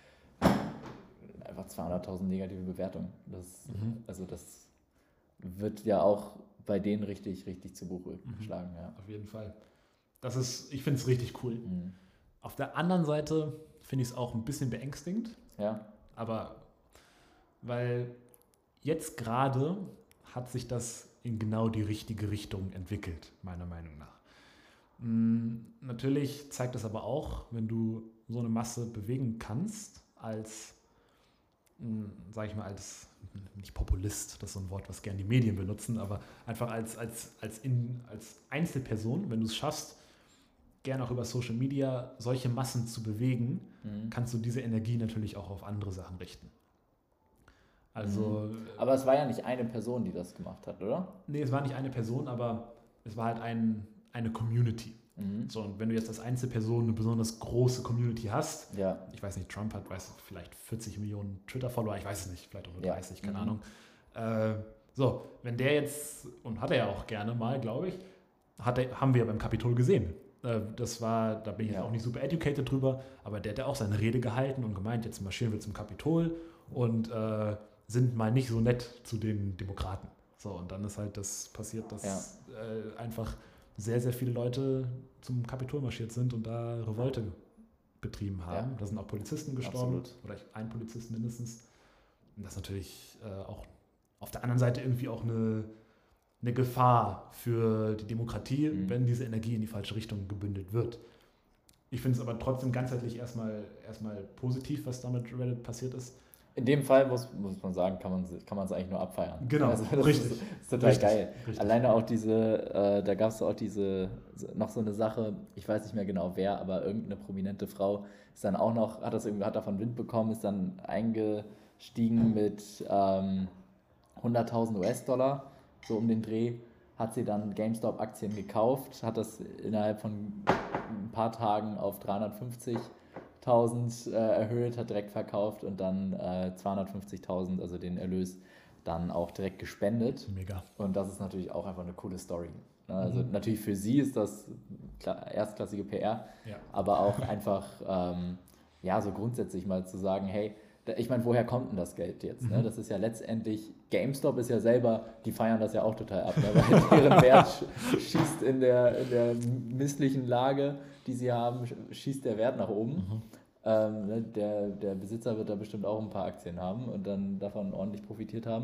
200.000 negative Bewertungen. Also das wird ja auch bei denen richtig zu Buche geschlagen. Ja. Auf jeden Fall. Ich finde es richtig cool. Auf der anderen Seite finde ich es auch ein bisschen beängstigend. Ja. Aber weil jetzt gerade hat sich das in genau die richtige Richtung entwickelt, meiner Meinung nach. Natürlich zeigt das aber auch, wenn du so eine Masse bewegen kannst, als nicht Populist, das ist so ein Wort, was gerne die Medien benutzen, aber einfach als Einzelperson, wenn du es schaffst, gerne auch über Social Media solche Massen zu bewegen, kannst du diese Energie natürlich auch auf andere Sachen richten. Also, aber es war ja nicht eine Person, die das gemacht hat, oder? Nee, es war nicht eine Person, aber es war halt eine Community. So, und wenn du jetzt als Einzelperson eine besonders große Community hast, ich weiß nicht, Trump hat vielleicht 40 Millionen Twitter-Follower, ich weiß es nicht, vielleicht auch nur 30, keine Ahnung. Wenn der jetzt, und hat er ja auch gerne mal, glaube ich, haben wir beim Kapitol gesehen. Da bin ich jetzt auch nicht super educated drüber, aber der hat ja auch seine Rede gehalten und gemeint, jetzt marschieren wir zum Kapitol und sind mal nicht so nett zu den Demokraten. So, und dann ist halt das passiert, dass einfach sehr, sehr viele Leute zum Kapitol marschiert sind und da Revolte betrieben haben. Da sind auch Polizisten gestorben. Absolut. Oder ein Polizist mindestens. Und das ist natürlich auch auf der anderen Seite irgendwie auch eine Gefahr für die Demokratie, wenn diese Energie in die falsche Richtung gebündelt wird. Ich finde es aber trotzdem ganzheitlich erstmal positiv, was da mit Reddit passiert ist. In dem Fall muss man sagen, kann man es eigentlich nur abfeiern. Genau, also das richtig. Ist total richtig, geil. Richtig. Alleine auch da gab es auch noch so eine Sache, ich weiß nicht mehr genau wer, aber irgendeine prominente Frau ist dann auch noch, hat davon Wind bekommen, ist dann eingestiegen mit 100.000 US-Dollar, so um den Dreh, hat sie dann GameStop-Aktien gekauft, hat das innerhalb von ein paar Tagen auf 350.000 erhöht, hat direkt verkauft und dann 250.000, also den Erlös, dann auch direkt gespendet. Mega. Und das ist natürlich auch einfach eine coole Story. Also natürlich für sie ist das erstklassige PR, aber auch einfach so grundsätzlich mal zu sagen, hey, ich meine, woher kommt denn das Geld jetzt? Ne? Das ist ja letztendlich, GameStop ist ja selber, die feiern das ja auch total ab, ne? Weil deren Wert schießt in der misslichen Lage, die sie haben, schießt der Wert nach oben. Der Besitzer wird da bestimmt auch ein paar Aktien haben und dann davon ordentlich profitiert haben.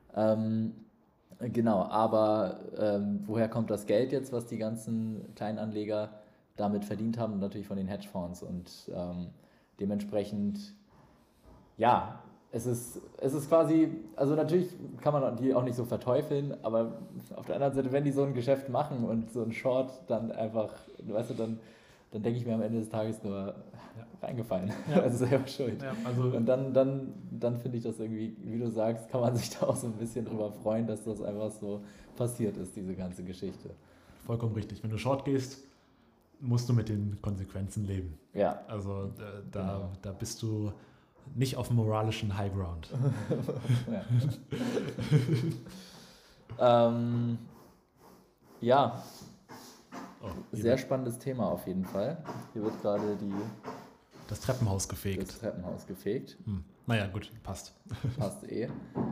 Genau, aber woher kommt das Geld jetzt, was die ganzen Kleinanleger damit verdient haben? Natürlich von den Hedgefonds und dementsprechend, ja, es ist quasi, also natürlich kann man die auch nicht so verteufeln, aber auf der anderen Seite, wenn die so ein Geschäft machen und so ein Short dann einfach, weißt du, dann denke ich mir am Ende des Tages nur, reingefallen, also selber schuld. Ja, also und dann finde ich das irgendwie, wie du sagst, kann man sich da auch so ein bisschen drüber freuen, dass das einfach so passiert ist, diese ganze Geschichte. Vollkommen richtig. Wenn du Short gehst, musst du mit den Konsequenzen leben. Ja. Also da bist du nicht auf moralischen High Ground. Ja. Sehr spannendes Thema auf jeden Fall. Hier wird gerade das Treppenhaus gefegt. Naja, gut, passt. Passt eh.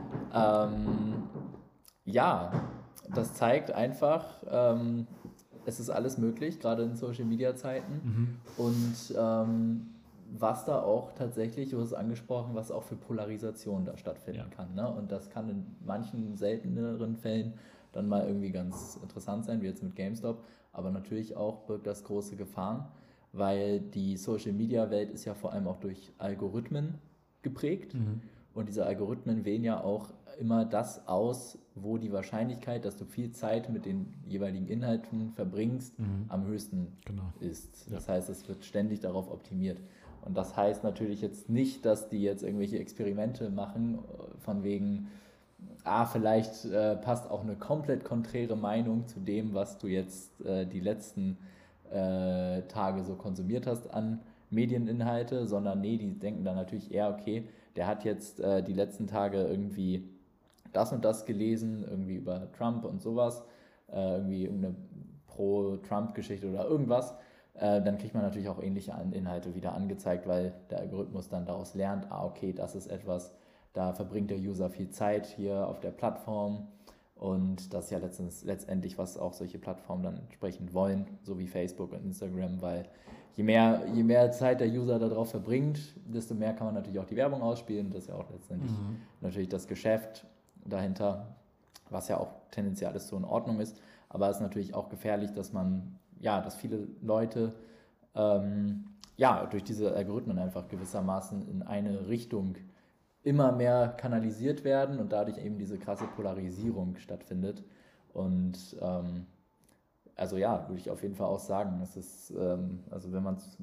Ja, das zeigt einfach, es ist alles möglich, gerade in Social-Media-Zeiten. Und was da auch tatsächlich, du hast es angesprochen, was auch für Polarisation da stattfinden kann. Ne? Und das kann in manchen selteneren Fällen dann mal irgendwie ganz interessant sein, wie jetzt mit GameStop. Aber natürlich auch birgt das große Gefahren, weil die Social-Media-Welt ist ja vor allem auch durch Algorithmen geprägt. Und diese Algorithmen wählen ja auch immer das aus, wo die Wahrscheinlichkeit, dass du viel Zeit mit den jeweiligen Inhalten verbringst, am höchsten ist. Das heißt, es wird ständig darauf optimiert. Und das heißt natürlich jetzt nicht, dass die jetzt irgendwelche Experimente machen, von wegen, vielleicht passt auch eine komplett konträre Meinung zu dem, was du jetzt die letzten Tage so konsumiert hast an Medieninhalte, sondern nee, die denken dann natürlich eher, okay, der hat jetzt die letzten Tage irgendwie das und das gelesen, irgendwie über Trump und sowas, irgendwie irgendeine Pro-Trump-Geschichte oder irgendwas, dann kriegt man natürlich auch ähnliche Inhalte wieder angezeigt, weil der Algorithmus dann daraus lernt, okay, das ist etwas, da verbringt der User viel Zeit hier auf der Plattform und das ist ja letztendlich, was auch solche Plattformen dann entsprechend wollen, so wie Facebook und Instagram, weil je mehr Zeit der User darauf verbringt, desto mehr kann man natürlich auch die Werbung ausspielen. Das ist ja auch letztendlich natürlich das Geschäft dahinter, was ja auch tendenziell alles so in Ordnung ist. Aber es ist natürlich auch gefährlich, dass viele Leute durch diese Algorithmen einfach gewissermaßen in eine Richtung immer mehr kanalisiert werden und dadurch eben diese krasse Polarisierung stattfindet. Und würde ich auf jeden Fall auch sagen, es ist, wenn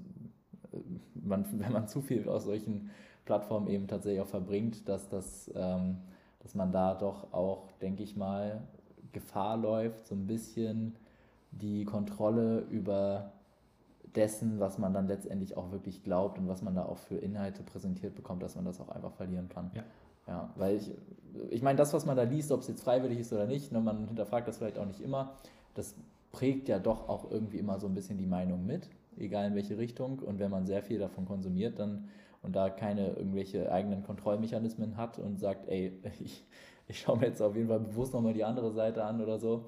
man zu viel aus solchen Plattformen eben tatsächlich auch verbringt, dass man da doch auch, denke ich mal, Gefahr läuft, so ein bisschen die Kontrolle über dessen, was man dann letztendlich auch wirklich glaubt und was man da auch für Inhalte präsentiert bekommt, dass man das auch einfach verlieren kann. Ja, weil ich meine, das, was man da liest, ob es jetzt freiwillig ist oder nicht, man hinterfragt das vielleicht auch nicht immer, das prägt ja doch auch irgendwie immer so ein bisschen die Meinung mit, egal in welche Richtung. Und wenn man sehr viel davon konsumiert dann und da keine irgendwelche eigenen Kontrollmechanismen hat und sagt, ey, ich schaue mir jetzt auf jeden Fall bewusst nochmal die andere Seite an oder so,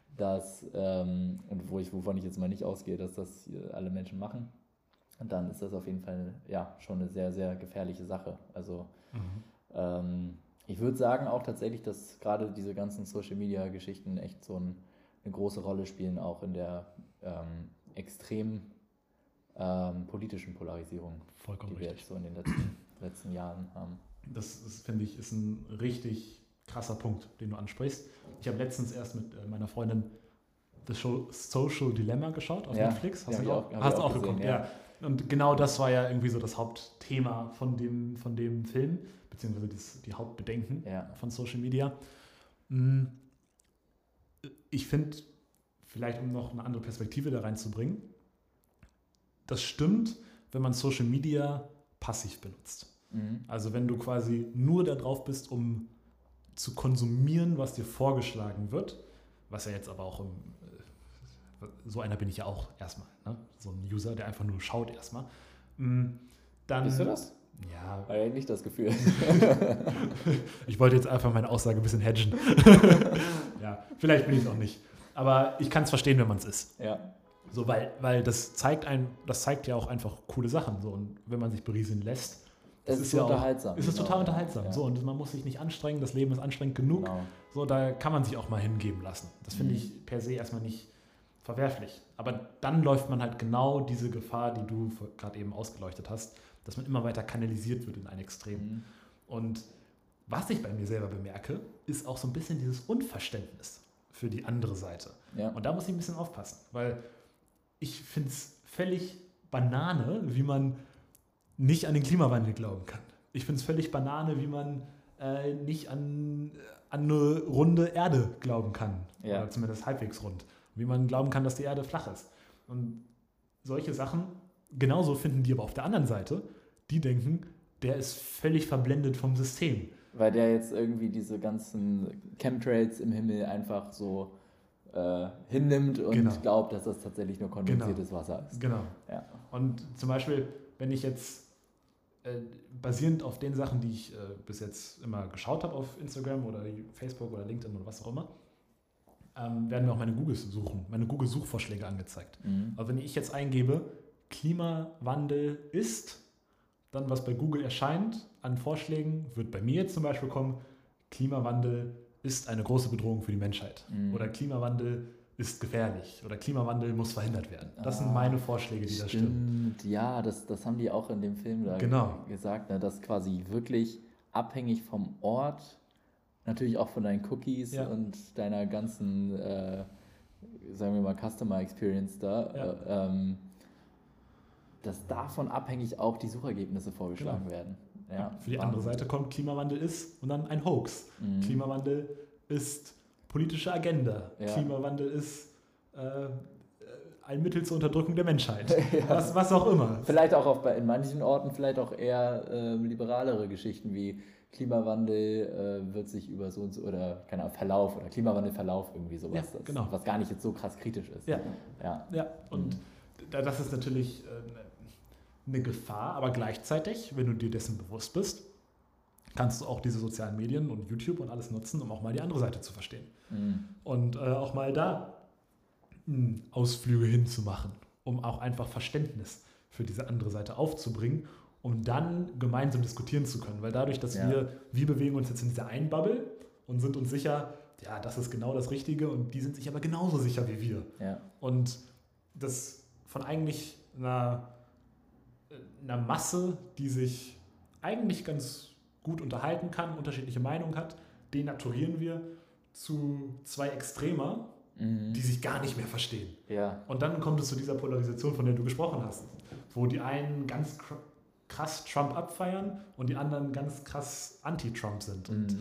wovon ich jetzt mal nicht ausgehe, dass das alle Menschen machen, und dann ist das auf jeden Fall schon eine sehr, sehr gefährliche Sache. Also ich würde sagen auch tatsächlich, dass gerade diese ganzen Social-Media-Geschichten echt so eine große Rolle spielen, auch in der extrem politischen Polarisierung, Vollkommen die wir richtig. jetzt so in den letzten letzten Jahren haben. Das finde ich, ist ein richtig krasser Punkt, den du ansprichst. Ich habe letztens erst mit meiner Freundin The Social Dilemma geschaut auf Netflix. Hast du auch geguckt? Ja. Und genau das war ja irgendwie so das Hauptthema von dem Film, beziehungsweise die Hauptbedenken von Social Media. Ich finde, vielleicht um noch eine andere Perspektive da reinzubringen, das stimmt, wenn man Social Media passiv benutzt. Also wenn du quasi nur da drauf bist, um zu konsumieren, was dir vorgeschlagen wird, was ja jetzt aber auch so einer bin ich ja auch erstmal, ne? So ein User, der einfach nur schaut erstmal. Dann, bist du das? Ja. War ja nicht das Gefühl. Ich wollte jetzt einfach meine Aussage ein bisschen hedgen. Ja, vielleicht bin ich es auch nicht. Aber ich kann es verstehen, wenn man es ist. Ja. So, weil das zeigt ja auch einfach coole Sachen. So, und wenn man sich berieseln lässt, es ist ja unterhaltsam. Ist es total unterhaltsam. Ja. So, und man muss sich nicht anstrengen, das Leben ist anstrengend genug. Genau. So, da kann man sich auch mal hingeben lassen. Das finde ich per se erstmal nicht verwerflich. Aber dann läuft man halt genau diese Gefahr, die du gerade eben ausgeleuchtet hast, dass man immer weiter kanalisiert wird in ein Extrem. Und was ich bei mir selber bemerke, ist auch so ein bisschen dieses Unverständnis für die andere Seite. Ja. Und da muss ich ein bisschen aufpassen, weil ich finde es völlig Banane, wie man nicht an den Klimawandel glauben kann. Ich finde es völlig Banane, wie man nicht an eine runde Erde glauben kann. Ja. Oder zumindest halbwegs rund. Wie man glauben kann, dass die Erde flach ist. Und solche Sachen, genauso finden die aber auf der anderen Seite, die denken, der ist völlig verblendet vom System. Weil der jetzt irgendwie diese ganzen Chemtrails im Himmel einfach so hinnimmt und glaubt, dass das tatsächlich nur kondensiertes Wasser ist. Genau. Ja. Und zum Beispiel, wenn ich jetzt basierend auf den Sachen, die ich bis jetzt immer geschaut habe auf Instagram oder Facebook oder LinkedIn oder was auch immer, werden mir auch meine Google-Suchvorschläge angezeigt. Aber wenn ich jetzt eingebe, Klimawandel ist, dann was bei Google erscheint an Vorschlägen, wird bei mir jetzt zum Beispiel kommen, Klimawandel ist eine große Bedrohung für die Menschheit. Oder Klimawandel ist gefährlich. Oder Klimawandel muss verhindert werden. Das sind meine Vorschläge, die da stimmen. Ja, das haben die auch in dem Film da gesagt, ne, dass quasi wirklich abhängig vom Ort, natürlich auch von deinen Cookies und deiner ganzen, sagen wir mal, Customer Experience da, dass davon abhängig auch die Suchergebnisse vorgeschlagen werden. Ja, für die andere Seite kommt, Klimawandel ist und dann ein Hoax. Klimawandel ist politische Agenda. Ja. Klimawandel ist ein Mittel zur Unterdrückung der Menschheit. Was auch immer. Vielleicht auch in manchen Orten vielleicht auch eher liberalere Geschichten wie Klimawandel wird sich über so und so, oder keine Ahnung, Verlauf oder Klimawandelverlauf, irgendwie sowas, was gar nicht jetzt so krass kritisch ist. Ja. Und das ist natürlich eine Gefahr, aber gleichzeitig, wenn du dir dessen bewusst bist, kannst du auch diese sozialen Medien und YouTube und alles nutzen, um auch mal die andere Seite zu verstehen. Und auch mal da Ausflüge hinzumachen, um auch einfach Verständnis für diese andere Seite aufzubringen, um dann gemeinsam diskutieren zu können. Weil dadurch, dass wir bewegen uns jetzt in dieser einen Bubble und sind uns sicher, ja, das ist genau das Richtige, und die sind sich aber genauso sicher wie wir. Ja. Und das von eigentlich einer Masse, die sich eigentlich ganz gut unterhalten kann, unterschiedliche Meinungen hat, denaturieren wir zu zwei Extremer, die sich gar nicht mehr verstehen. Ja. Und dann kommt es zu dieser Polarisation, von der du gesprochen hast, wo die einen ganz krass Trump abfeiern und die anderen ganz krass anti-Trump sind. Und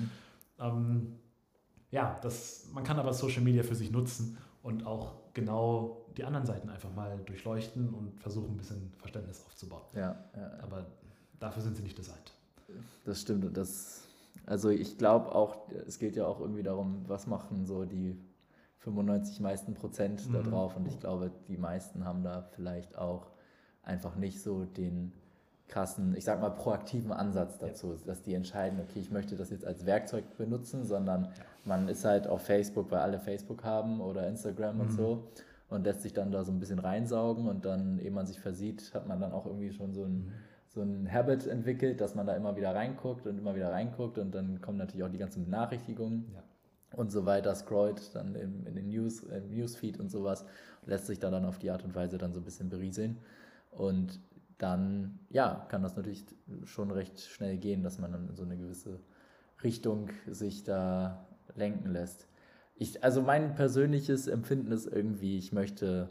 man kann aber Social Media für sich nutzen und auch genau die anderen Seiten einfach mal durchleuchten und versuchen, ein bisschen Verständnis aufzubauen. Aber dafür sind sie nicht designt. Das stimmt. Also ich glaube auch, es geht ja auch irgendwie darum, was machen so die 95 meisten Prozent da drauf, und ich glaube, die meisten haben da vielleicht auch einfach nicht so den krassen, ich sag mal, proaktiven Ansatz dazu, dass die entscheiden, okay, ich möchte das jetzt als Werkzeug benutzen, sondern man ist halt auf Facebook, weil alle Facebook haben oder Instagram und so, und lässt sich dann da so ein bisschen reinsaugen, und dann, ehe man sich versieht, hat man dann auch irgendwie schon so ein Habit entwickelt, dass man da immer wieder reinguckt, und dann kommen natürlich auch die ganzen Benachrichtigungen und so weiter, scrollt dann in den Newsfeed und sowas, und lässt sich da dann auf die Art und Weise dann so ein bisschen berieseln. Und dann kann das natürlich schon recht schnell gehen, dass man dann in so eine gewisse Richtung sich da lenken lässt. Also mein persönliches Empfinden ist irgendwie, ich möchte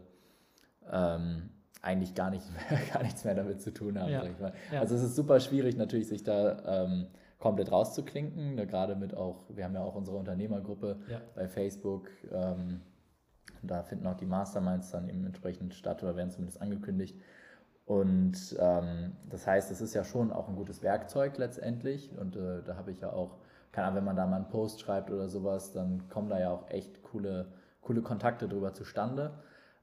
eigentlich gar nichts mehr damit zu tun haben, sag ich mal. Ja. Also es ist super schwierig natürlich, sich da komplett rauszuklinken, ne, gerade wir haben ja auch unsere Unternehmergruppe bei Facebook, da finden auch die Masterminds dann eben entsprechend statt oder werden zumindest angekündigt. Und das heißt, es ist ja schon auch ein gutes Werkzeug letztendlich und da habe ich ja auch, keine Ahnung, wenn man da mal einen Post schreibt oder sowas, dann kommen da ja auch echt coole Kontakte drüber zustande.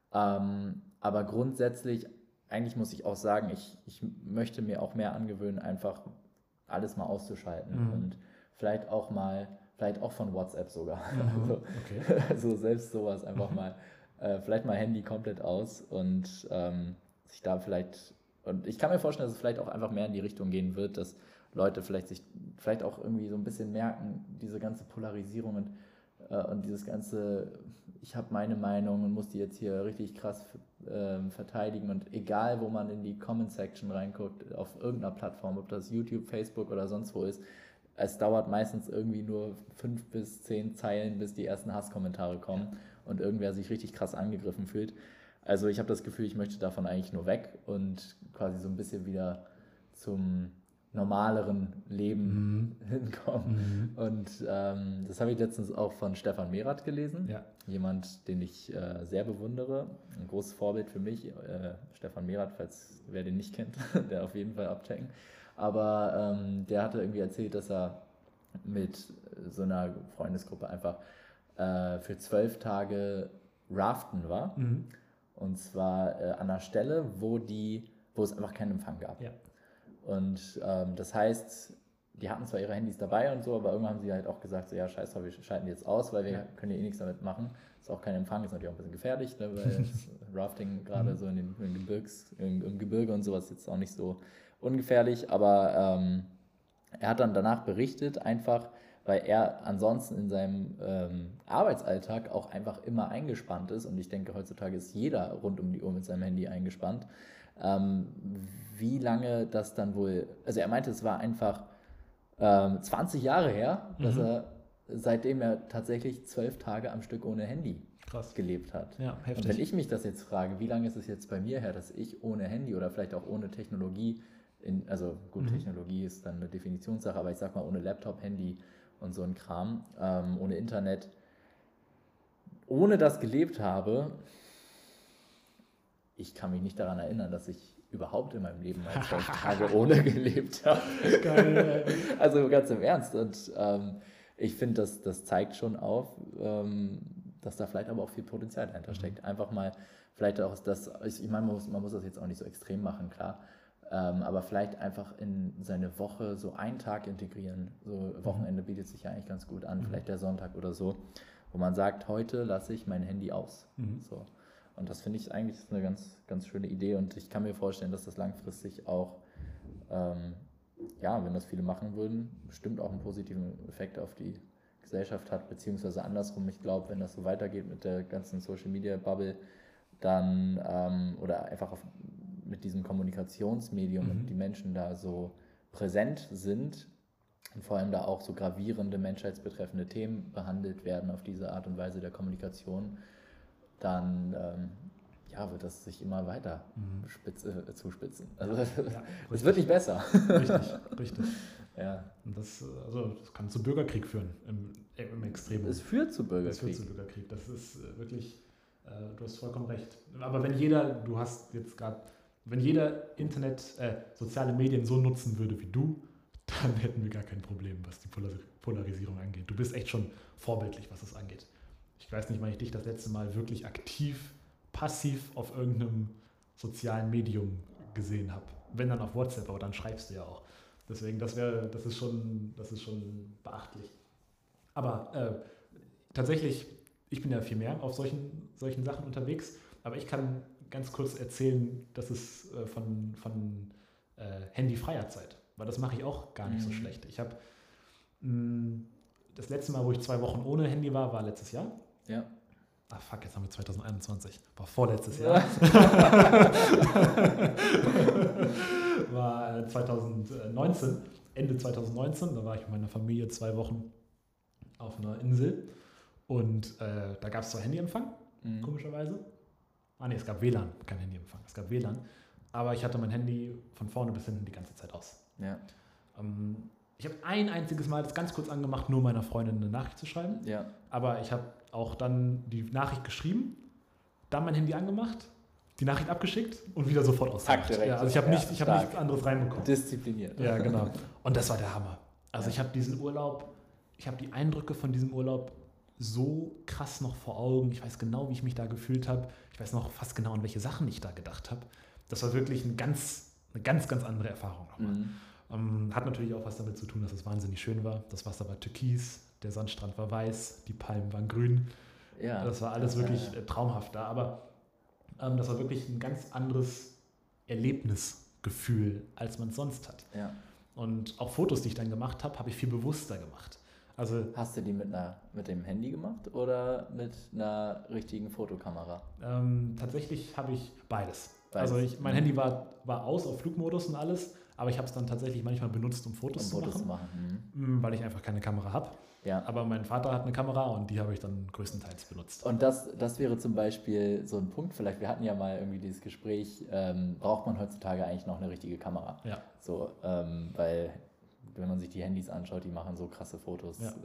Aber grundsätzlich, eigentlich muss ich auch sagen, ich möchte mir auch mehr angewöhnen, einfach alles mal auszuschalten und vielleicht auch von WhatsApp sogar. Okay. Also selbst sowas einfach mal, vielleicht mal Handy komplett aus und sich da und ich kann mir vorstellen, dass es vielleicht auch einfach mehr in die Richtung gehen wird, dass Leute vielleicht auch irgendwie so ein bisschen merken, diese ganze Polarisierung und dieses ganze, ich habe meine Meinung und muss die jetzt hier richtig krass verteidigen und egal, wo man in die Comment-Section reinguckt, auf irgendeiner Plattform, ob das YouTube, Facebook oder sonst wo ist, es dauert meistens irgendwie nur 5 bis 10 Zeilen, bis die ersten Hasskommentare kommen und irgendwer sich richtig krass angegriffen fühlt. Also ich habe das Gefühl, ich möchte davon eigentlich nur weg und quasi so ein bisschen wieder zum normaleren Leben hinkommen. Und das habe ich letztens auch von Stefan Merath gelesen. Ja. Jemand, den ich sehr bewundere. Ein großes Vorbild für mich. Stefan Merath, wer den nicht kennt, der auf jeden Fall abchecken. Aber der hatte irgendwie erzählt, dass er mit so einer Freundesgruppe einfach für 12 Tage raften war. Und zwar an einer Stelle, wo es einfach keinen Empfang gab. Ja. Und das heißt, die hatten zwar ihre Handys dabei und so, aber irgendwann haben sie halt auch gesagt, so, ja, scheiß drauf, wir schalten die jetzt aus, weil wir können ja eh nichts damit machen. Ist auch kein Empfang, ist natürlich auch ein bisschen gefährlich, ne, weil Rafting gerade so im Gebirge und sowas ist jetzt auch nicht so ungefährlich, aber er hat dann danach berichtet, einfach, weil er ansonsten in seinem Arbeitsalltag auch einfach immer eingespannt ist und ich denke, heutzutage ist jeder rund um die Uhr mit seinem Handy eingespannt. Wie lange das dann wohl, also er meinte, es war einfach 20 Jahre her, dass seitdem er tatsächlich 12 Tage am Stück ohne Handy gelebt hat. Ja, heftig. Und wenn ich mich das jetzt frage, wie lange ist es jetzt bei mir her, dass ich ohne Handy oder vielleicht auch ohne Technologie, Technologie ist dann eine Definitionssache, aber ich sag mal ohne Laptop, Handy und so ein Kram, ohne Internet, ohne das gelebt habe, ich kann mich nicht daran erinnern, dass ich überhaupt in meinem Leben mal 12 Tage ohne gelebt habe. Geil. Also ganz im Ernst. Und ich finde, das zeigt schon auf, dass da vielleicht aber auch viel Potenzial dahinter steckt. Einfach mal, vielleicht auch ich meine, man muss das jetzt auch nicht so extrem machen, klar. Aber vielleicht einfach in seine Woche so einen Tag integrieren. So Wochenende bietet sich ja eigentlich ganz gut an, vielleicht der Sonntag oder so, wo man sagt, heute lasse ich mein Handy aus. So. Und das finde ich eigentlich eine ganz, ganz schöne Idee und ich kann mir vorstellen, dass das langfristig auch, wenn das viele machen würden, bestimmt auch einen positiven Effekt auf die Gesellschaft hat, beziehungsweise andersrum. Ich glaube, wenn das so weitergeht mit der ganzen Social-Media-Bubble, dann, oder einfach mit diesem Kommunikationsmedium und die Menschen da so präsent sind und vor allem da auch so gravierende menschheitsbetreffende Themen behandelt werden auf diese Art und Weise der Kommunikation, dann wird das sich immer weiter zuspitzen. Also es wird nicht besser. Richtig. Ja. Und das kann zu Bürgerkrieg führen im Extrem. Es führt zu Bürgerkrieg. Das ist wirklich, du hast vollkommen recht. Aber wenn jeder Internet, soziale Medien so nutzen würde wie du, dann hätten wir gar kein Problem, was die Polarisierung angeht. Du bist echt schon vorbildlich, was das angeht. Ich weiß nicht, wann ich dich das letzte Mal wirklich passiv auf irgendeinem sozialen Medium gesehen habe. Wenn dann auf WhatsApp, aber dann schreibst du ja auch. Deswegen, das ist schon beachtlich. Aber tatsächlich, ich bin ja viel mehr auf solchen Sachen unterwegs, aber ich kann ganz kurz erzählen, dass es von handyfreier Zeit, weil das mache ich auch gar nicht so schlecht. Ich habe das letzte Mal, wo ich 2 Wochen ohne Handy war letztes Jahr. Ja. Jetzt haben wir 2021. War vorletztes Jahr. War 2019, Ende 2019. Da war ich mit meiner Familie 2 Wochen auf einer Insel. Und da gab es zwar Handyempfang, komischerweise. Es gab WLAN, kein Handyempfang. Es gab WLAN. Aber ich hatte mein Handy von vorne bis hinten die ganze Zeit aus. Ja. Ich habe ein einziges Mal das ganz kurz angemacht, nur meiner Freundin eine Nachricht zu schreiben. Ja. Aber ich habe auch dann die Nachricht geschrieben, dann mein Handy angemacht, die Nachricht abgeschickt und wieder sofort ausgemacht. Ja, also ich habe nichts anderes reinbekommen. Diszipliniert. Ja, genau. Und das war der Hammer. Also ich habe diesen Urlaub, ich habe die Eindrücke von diesem Urlaub so krass noch vor Augen. Ich weiß genau, wie ich mich da gefühlt habe. Ich weiß noch fast genau, an welche Sachen ich da gedacht habe. Das war wirklich eine ganz andere Erfahrung nochmal. Hat natürlich auch was damit zu tun, dass es wahnsinnig schön war. Das Wasser war türkis, der Sandstrand war weiß, die Palmen waren grün. Ja, das war alles wirklich traumhaft da. Aber das war wirklich ein ganz anderes Erlebnisgefühl, als man es sonst hat. Ja. Und auch Fotos, die ich dann gemacht habe, habe ich viel bewusster gemacht. Also, hast du die mit dem Handy gemacht oder mit einer richtigen Fotokamera? Tatsächlich habe ich beides. Also mein Handy war aus auf Flugmodus und alles, aber ich habe es dann tatsächlich manchmal benutzt, um Fotos zu machen. Weil ich einfach keine Kamera habe. Ja. Aber mein Vater hat eine Kamera und die habe ich dann größtenteils benutzt. Und das wäre zum Beispiel so ein Punkt, vielleicht, wir hatten ja mal irgendwie dieses Gespräch, braucht man heutzutage eigentlich noch eine richtige Kamera? Ja. So, weil wenn man sich die Handys anschaut, die machen so krasse Fotos. Ja.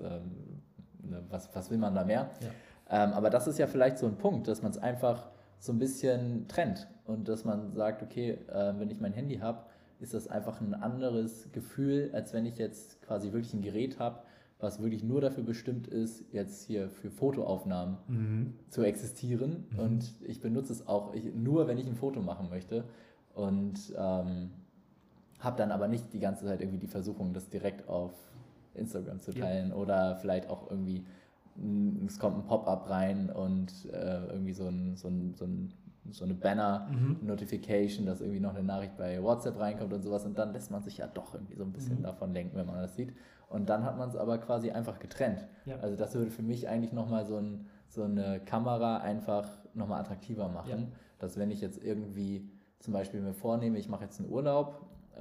Was will man da mehr? Ja. Aber das ist ja vielleicht so ein Punkt, dass man es einfach so ein bisschen trennt und dass man sagt, okay, wenn ich mein Handy habe, ist das einfach ein anderes Gefühl, als wenn ich jetzt quasi wirklich ein Gerät habe, was wirklich nur dafür bestimmt ist, jetzt hier für Fotoaufnahmen zu existieren. Und ich benutze es auch nur, wenn ich ein Foto machen möchte und habe dann aber nicht die ganze Zeit irgendwie die Versuchung, das direkt auf Instagram zu teilen oder vielleicht auch irgendwie es kommt ein Pop-up rein und irgendwie so eine Banner-Notification, dass irgendwie noch eine Nachricht bei WhatsApp reinkommt und sowas und dann lässt man sich ja doch irgendwie so ein bisschen davon lenken, wenn man das sieht. Und dann hat man es aber quasi einfach getrennt. Ja. Also das würde für mich eigentlich nochmal so eine Kamera einfach nochmal attraktiver machen, dass wenn ich jetzt irgendwie zum Beispiel mir vornehme, ich mache jetzt einen Urlaub,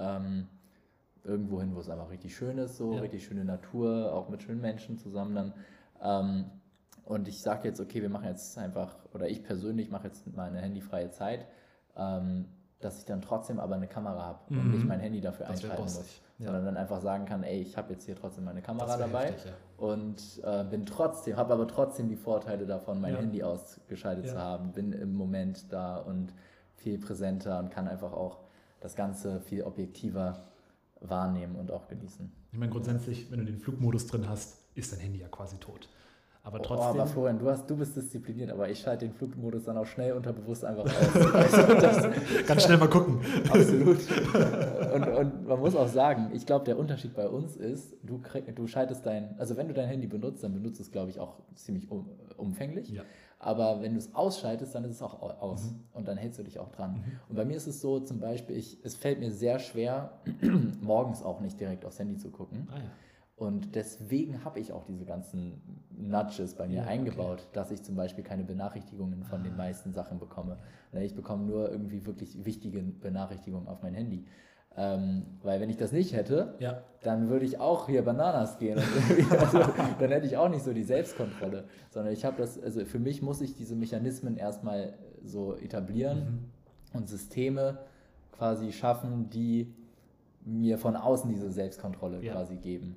irgendwo hin, wo es einfach richtig schön ist, richtig schöne Natur, auch mit schönen Menschen zusammen dann. Und ich sage jetzt, okay, wir machen jetzt einfach, oder ich persönlich mache jetzt mal eine handyfreie Zeit, dass ich dann trotzdem aber eine Kamera habe und nicht mein Handy dafür einschalten muss. Sondern dann einfach sagen kann, ey, ich habe jetzt hier trotzdem meine Kamera dabei heftig, und habe aber trotzdem die Vorteile davon, mein Handy ausgeschaltet zu haben, bin im Moment da und viel präsenter und kann einfach auch das Ganze viel objektiver wahrnehmen und auch genießen. Ich meine, grundsätzlich, wenn du den Flugmodus drin hast, ist dein Handy ja quasi tot. Aber trotzdem. Aber Florian, du bist diszipliniert, aber ich schalte den Flugmodus dann auch schnell unterbewusst einfach aus. Also ganz schnell mal gucken. Absolut. Und man muss auch sagen, ich glaube, der Unterschied bei uns ist, du schaltest also wenn du dein Handy benutzt, dann benutzt es, glaube ich, auch ziemlich umfänglich. Ja. Aber wenn du es ausschaltest, dann ist es auch aus und dann hältst du dich auch dran. Und bei mir ist es so, zum Beispiel, es fällt mir sehr schwer, morgens auch nicht direkt aufs Handy zu gucken. Ah, ja. Und deswegen habe ich auch diese ganzen Nudges bei mir eingebaut, dass ich zum Beispiel keine Benachrichtigungen von den meisten Sachen bekomme. Ich bekomme nur irgendwie wirklich wichtige Benachrichtigungen auf mein Handy. Weil wenn ich das nicht hätte, dann würde ich auch hier Bananas gehen. Und dann hätte ich auch nicht so die Selbstkontrolle. Sondern also für mich muss ich diese Mechanismen erstmal so etablieren und Systeme quasi schaffen, die mir von außen diese Selbstkontrolle quasi geben.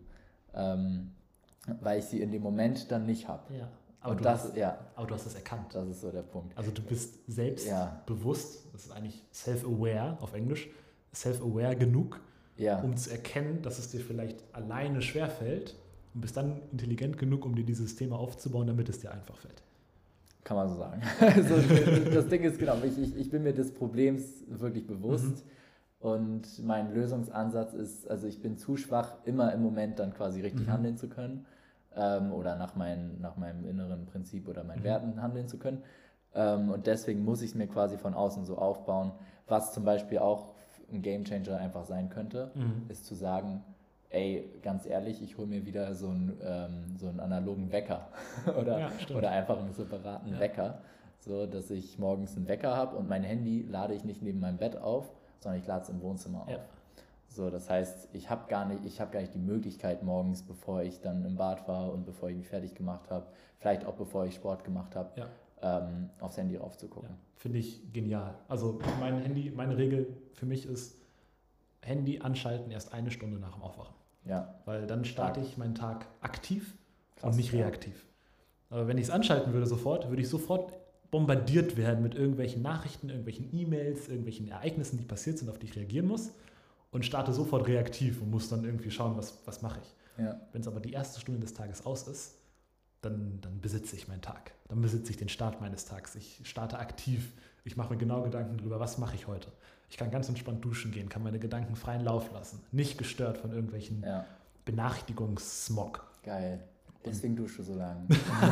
Weil ich sie in dem Moment dann nicht habe. Ja. Aber du hast es erkannt. Das ist so der Punkt. Also du bist selbstbewusst, das ist eigentlich self-aware auf Englisch, self-aware genug, um zu erkennen, dass es dir vielleicht alleine schwerfällt und bist dann intelligent genug, um dir dieses Thema aufzubauen, damit es dir einfach fällt. Kann man so sagen. Also das Ding ist genau, ich bin mir des Problems wirklich bewusst. Und mein Lösungsansatz ist, also ich bin zu schwach, immer im Moment dann quasi richtig handeln zu können oder nach meinem inneren Prinzip oder meinen Werten handeln zu können. Und deswegen muss ich es mir quasi von außen so aufbauen, was zum Beispiel auch ein Gamechanger einfach sein könnte, ist zu sagen, ey, ganz ehrlich, ich hole mir wieder so einen analogen Wecker oder einfach einen separaten Wecker, so dass ich morgens einen Wecker habe und mein Handy lade ich nicht neben meinem Bett auf, sondern ich lade es im Wohnzimmer auf. So, das heißt, ich habe gar nicht die Möglichkeit morgens, bevor ich dann im Bad war und bevor ich mich fertig gemacht habe, vielleicht auch bevor ich Sport gemacht habe, aufs Handy rauf zu gucken. Ja, finde ich genial. Also meine Regel für mich ist, Handy anschalten erst 1 Stunde nach dem Aufwachen. Ja. Weil dann starte ich meinen Tag aktiv und nicht reaktiv. Aber wenn ich es anschalten würde würde ich sofort bombardiert werden mit irgendwelchen Nachrichten, irgendwelchen E-Mails, irgendwelchen Ereignissen, die passiert sind, auf die ich reagieren muss und starte sofort reaktiv und muss dann irgendwie schauen, was mache ich. Ja. Wenn es aber die erste Stunde des Tages aus ist, dann besitze ich meinen Tag. Dann besitze ich den Start meines Tags. Ich starte aktiv. Ich mache mir genau Gedanken darüber, was mache ich heute. Ich kann ganz entspannt duschen gehen, kann meine Gedanken freien Lauf lassen. Nicht gestört von irgendwelchen Benachrichtigungssmog. Geil. Deswegen dusche so lange.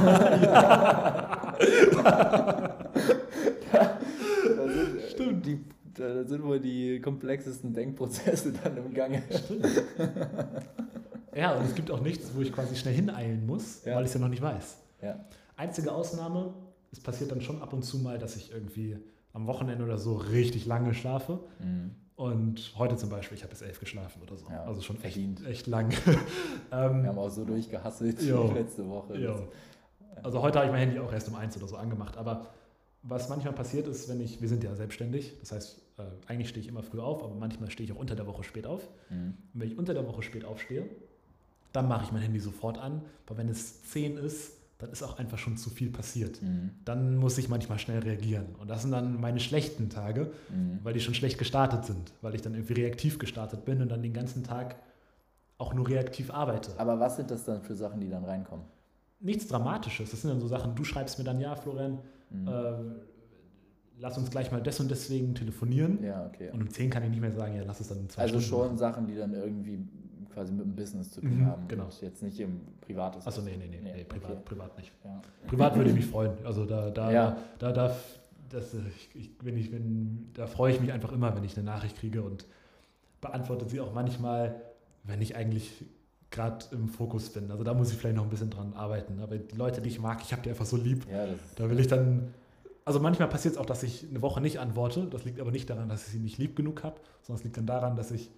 Stimmt. Da sind wohl die komplexesten Denkprozesse dann im Gange. Stimmt. Ja, und es gibt auch nichts, wo ich quasi schnell hineilen muss, weil ich es ja noch nicht weiß. Ja. Einzige Ausnahme, es passiert dann schon ab und zu mal, dass ich irgendwie am Wochenende oder so richtig lange schlafe. Mhm. Und heute zum Beispiel, ich habe bis 11 geschlafen oder so. Ja, also schon verdient. echt lang. Wir haben auch so durchgehasselt letzte Woche. Also heute habe ich mein Handy auch erst um 1 oder so angemacht. Aber was manchmal passiert ist, wir sind ja selbstständig, das heißt, eigentlich stehe ich immer früh auf, aber manchmal stehe ich auch unter der Woche spät auf. Mhm. Und wenn ich unter der Woche spät aufstehe, dann mache ich mein Handy sofort an, weil wenn es 10 ist, dann ist auch einfach schon zu viel passiert. Mhm. Dann muss ich manchmal schnell reagieren. Und das sind dann meine schlechten Tage, weil die schon schlecht gestartet sind, weil ich dann irgendwie reaktiv gestartet bin und dann den ganzen Tag auch nur reaktiv arbeite. Aber was sind das dann für Sachen, die dann reinkommen? Nichts Dramatisches. Das sind dann so Sachen, du schreibst mir dann, ja, Florian, lass uns gleich mal des und deswegen telefonieren. Ja, okay. Und um 10 kann ich nicht mehr sagen, ja, lass es dann in 2 also Stunden schon machen. Sachen, die dann irgendwie quasi mit dem Business zu tun haben. Genau. Und jetzt nicht im Privates. Achso, nee, okay. privat nicht. Ja. Privat würde ich mich freuen. Also da freue ich mich einfach immer, wenn ich eine Nachricht kriege und beantworte sie auch manchmal, wenn ich eigentlich gerade im Fokus bin. Also da muss ich vielleicht noch ein bisschen dran arbeiten. Aber die Leute, die ich mag, ich habe die einfach so lieb. Ja, da will ich dann... Also manchmal passiert es auch, dass ich eine Woche nicht antworte. Das liegt aber nicht daran, dass ich sie nicht lieb genug habe, sondern es liegt dann daran, dass ich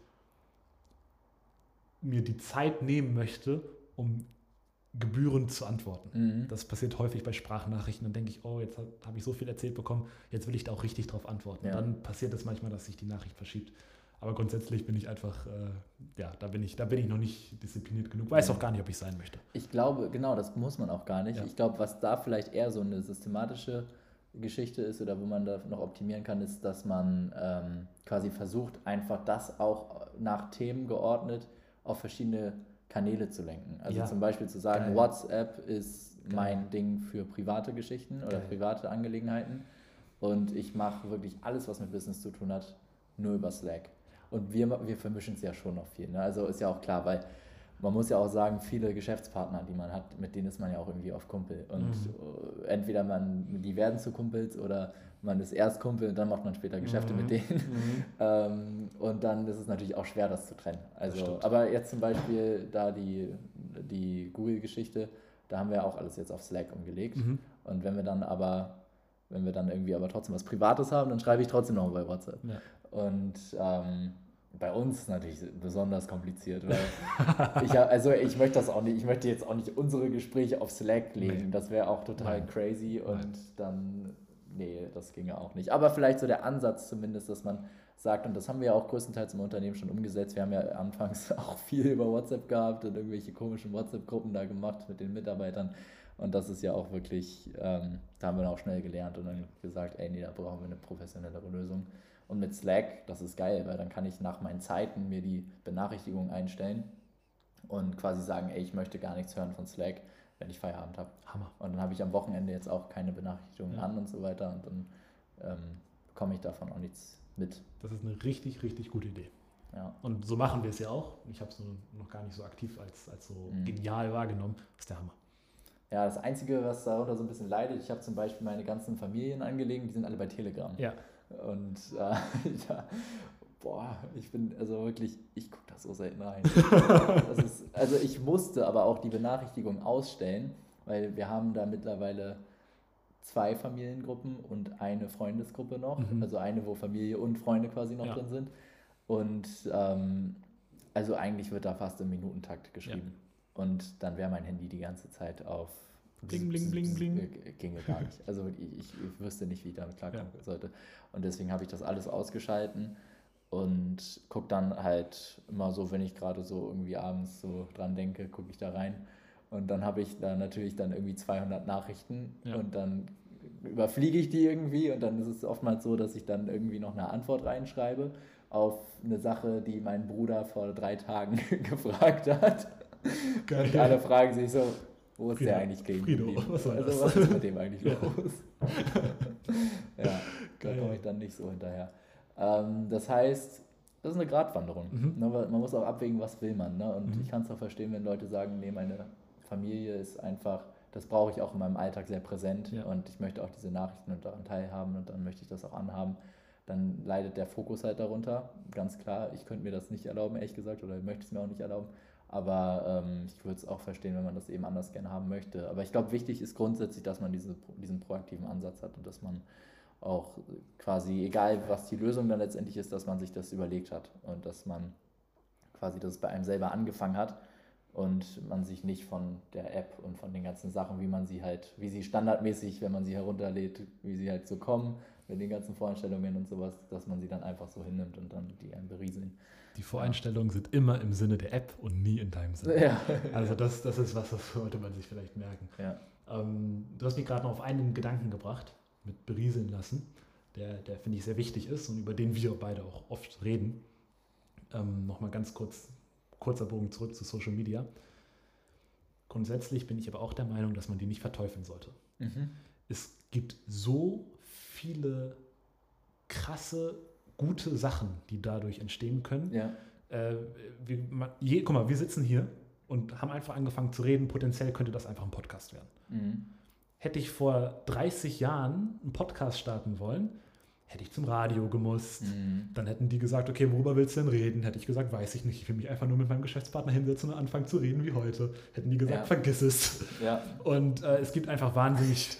mir die Zeit nehmen möchte, um gebührend zu antworten. Mhm. Das passiert häufig bei Sprachnachrichten. Dann denke ich, oh, jetzt habe ich so viel erzählt bekommen, jetzt will ich da auch richtig drauf antworten. Ja. Dann passiert es manchmal, dass sich die Nachricht verschiebt. Aber grundsätzlich bin ich einfach, da bin ich noch nicht diszipliniert genug. Weiß auch gar nicht, ob ich sein möchte. Ich glaube, genau, das muss man auch gar nicht. Ja. Ich glaube, was da vielleicht eher so eine systematische Geschichte ist oder wo man da noch optimieren kann, ist, dass man quasi versucht, einfach das auch nach Themen geordnet auf verschiedene Kanäle zu lenken. Also zum Beispiel zu sagen, Geil. WhatsApp ist mein Ding für private Geschichten oder private Angelegenheiten und ich mache wirklich alles, was mit Business zu tun hat, nur über Slack. Und wir vermischen es ja schon noch viel. Ne? Also ist ja auch klar, weil man muss ja auch sagen, viele Geschäftspartner, die man hat, mit denen ist man ja auch irgendwie auf Kumpel. Und entweder die werden zu Kumpels oder man ist erst Kumpel und dann macht man später Geschäfte mit denen. Und dann ist es natürlich auch schwer, das zu trennen. Also, aber jetzt zum Beispiel da die Google-Geschichte, da haben wir auch alles jetzt auf Slack umgelegt. Und wenn wir dann irgendwie aber trotzdem was Privates haben, dann schreibe ich trotzdem noch bei WhatsApp. Ja. Und bei uns ist natürlich besonders kompliziert, weil ich möchte jetzt auch nicht unsere Gespräche auf Slack legen. Nee. Das wäre auch total crazy und dann, das ginge auch nicht. Aber vielleicht so der Ansatz zumindest, dass man sagt, und das haben wir ja auch größtenteils im Unternehmen schon umgesetzt, wir haben ja anfangs auch viel über WhatsApp gehabt und irgendwelche komischen WhatsApp-Gruppen da gemacht mit den Mitarbeitern. Und das ist ja auch wirklich, da haben wir auch schnell gelernt und dann gesagt, da brauchen wir eine professionellere Lösung. Und mit Slack, das ist geil, weil dann kann ich nach meinen Zeiten mir die Benachrichtigungen einstellen und quasi sagen, ich möchte gar nichts hören von Slack, wenn ich Feierabend habe. Hammer. Und dann habe ich am Wochenende jetzt auch keine Benachrichtigungen an und so weiter und dann bekomme ich davon auch nichts mit. Das ist eine richtig, richtig gute Idee. Ja. Und so machen wir es ja auch. Ich habe es noch gar nicht so aktiv als so genial wahrgenommen. Das ist der Hammer. Ja, das Einzige, was darunter so ein bisschen leidet, ich habe zum Beispiel meine ganzen Familienangelegenheiten, die sind alle bei Telegram. Ja. Und Boah, ich gucke da so selten rein. Also ich musste aber auch die Benachrichtigung ausstellen, weil wir haben da mittlerweile 2 Familiengruppen und eine Freundesgruppe noch. Also eine, wo Familie und Freunde quasi noch drin sind. Und also eigentlich wird da fast im Minutentakt geschrieben. Ja. Und dann wäre mein Handy die ganze Zeit auf Bling, bling, bling, bling. Ginge gar nicht. Also ich wüsste nicht, wie ich damit klarkommen sollte. Und deswegen habe ich das alles ausgeschalten und gucke dann halt immer so, wenn ich gerade so irgendwie abends so dran denke, gucke ich da rein. Und dann habe ich da natürlich dann irgendwie 200 Nachrichten und dann überfliege ich die irgendwie und dann ist es oftmals so, dass ich dann irgendwie noch eine Antwort reinschreibe auf eine Sache, die mein Bruder vor 3 Tagen gefragt hat. Geil. Und alle fragen sich so, wo ist der eigentlich geblieben? Was ist mit dem eigentlich los? Ja, da komme ich dann nicht so hinterher. Das heißt, das ist eine Gratwanderung. Man muss auch abwägen, was will man. Ne? Und ich kann es auch verstehen, wenn Leute sagen, nee, meine Familie ist einfach, das brauche ich auch in meinem Alltag sehr präsent und ich möchte auch diese Nachrichten und daran teilhaben und dann möchte ich das auch anhaben. Dann leidet der Fokus halt darunter, ganz klar. Ich könnte mir das nicht erlauben, ehrlich gesagt, oder möchte es mir auch nicht erlauben. Aber ich würde es auch verstehen, wenn man das eben anders gerne haben möchte. Aber ich glaube, wichtig ist grundsätzlich, dass man diesen proaktiven Ansatz hat und dass man auch quasi, egal was die Lösung dann letztendlich ist, dass man sich das überlegt hat und dass man quasi, dass es bei einem selber angefangen hat und man sich nicht von der App und von den ganzen Sachen, wie sie standardmäßig, wenn man sie herunterlädt, wie sie halt so kommen, mit den ganzen Voreinstellungen und sowas, dass man sie dann einfach so hinnimmt und dann die einen berieseln. Die Voreinstellungen sind immer im Sinne der App und nie in deinem Sinne. Ja. Also das ist was, das sollte man sich vielleicht merken. Ja. Du hast mich gerade noch auf einen Gedanken gebracht, mit berieseln lassen, der finde ich sehr wichtig ist und über den wir beide auch oft reden. Nochmal ganz kurzer Bogen zurück zu Social Media. Grundsätzlich bin ich aber auch der Meinung, dass man die nicht verteufeln sollte. Es gibt so viele krasse, gute Sachen, die dadurch entstehen können. Ja. Guck mal, wir sitzen hier und haben einfach angefangen zu reden. Potenziell könnte das einfach ein Podcast werden. Hätte ich vor 30 Jahren einen Podcast starten wollen, hätte ich zum Radio gemusst. Dann hätten die gesagt, okay, worüber willst du denn reden? Hätte ich gesagt, weiß ich nicht. Ich will mich einfach nur mit meinem Geschäftspartner hinsetzen und anfangen zu reden wie heute. Hätten die gesagt, vergiss es. Ja. Und es gibt einfach wahnsinnig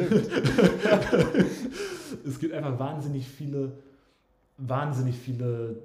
viele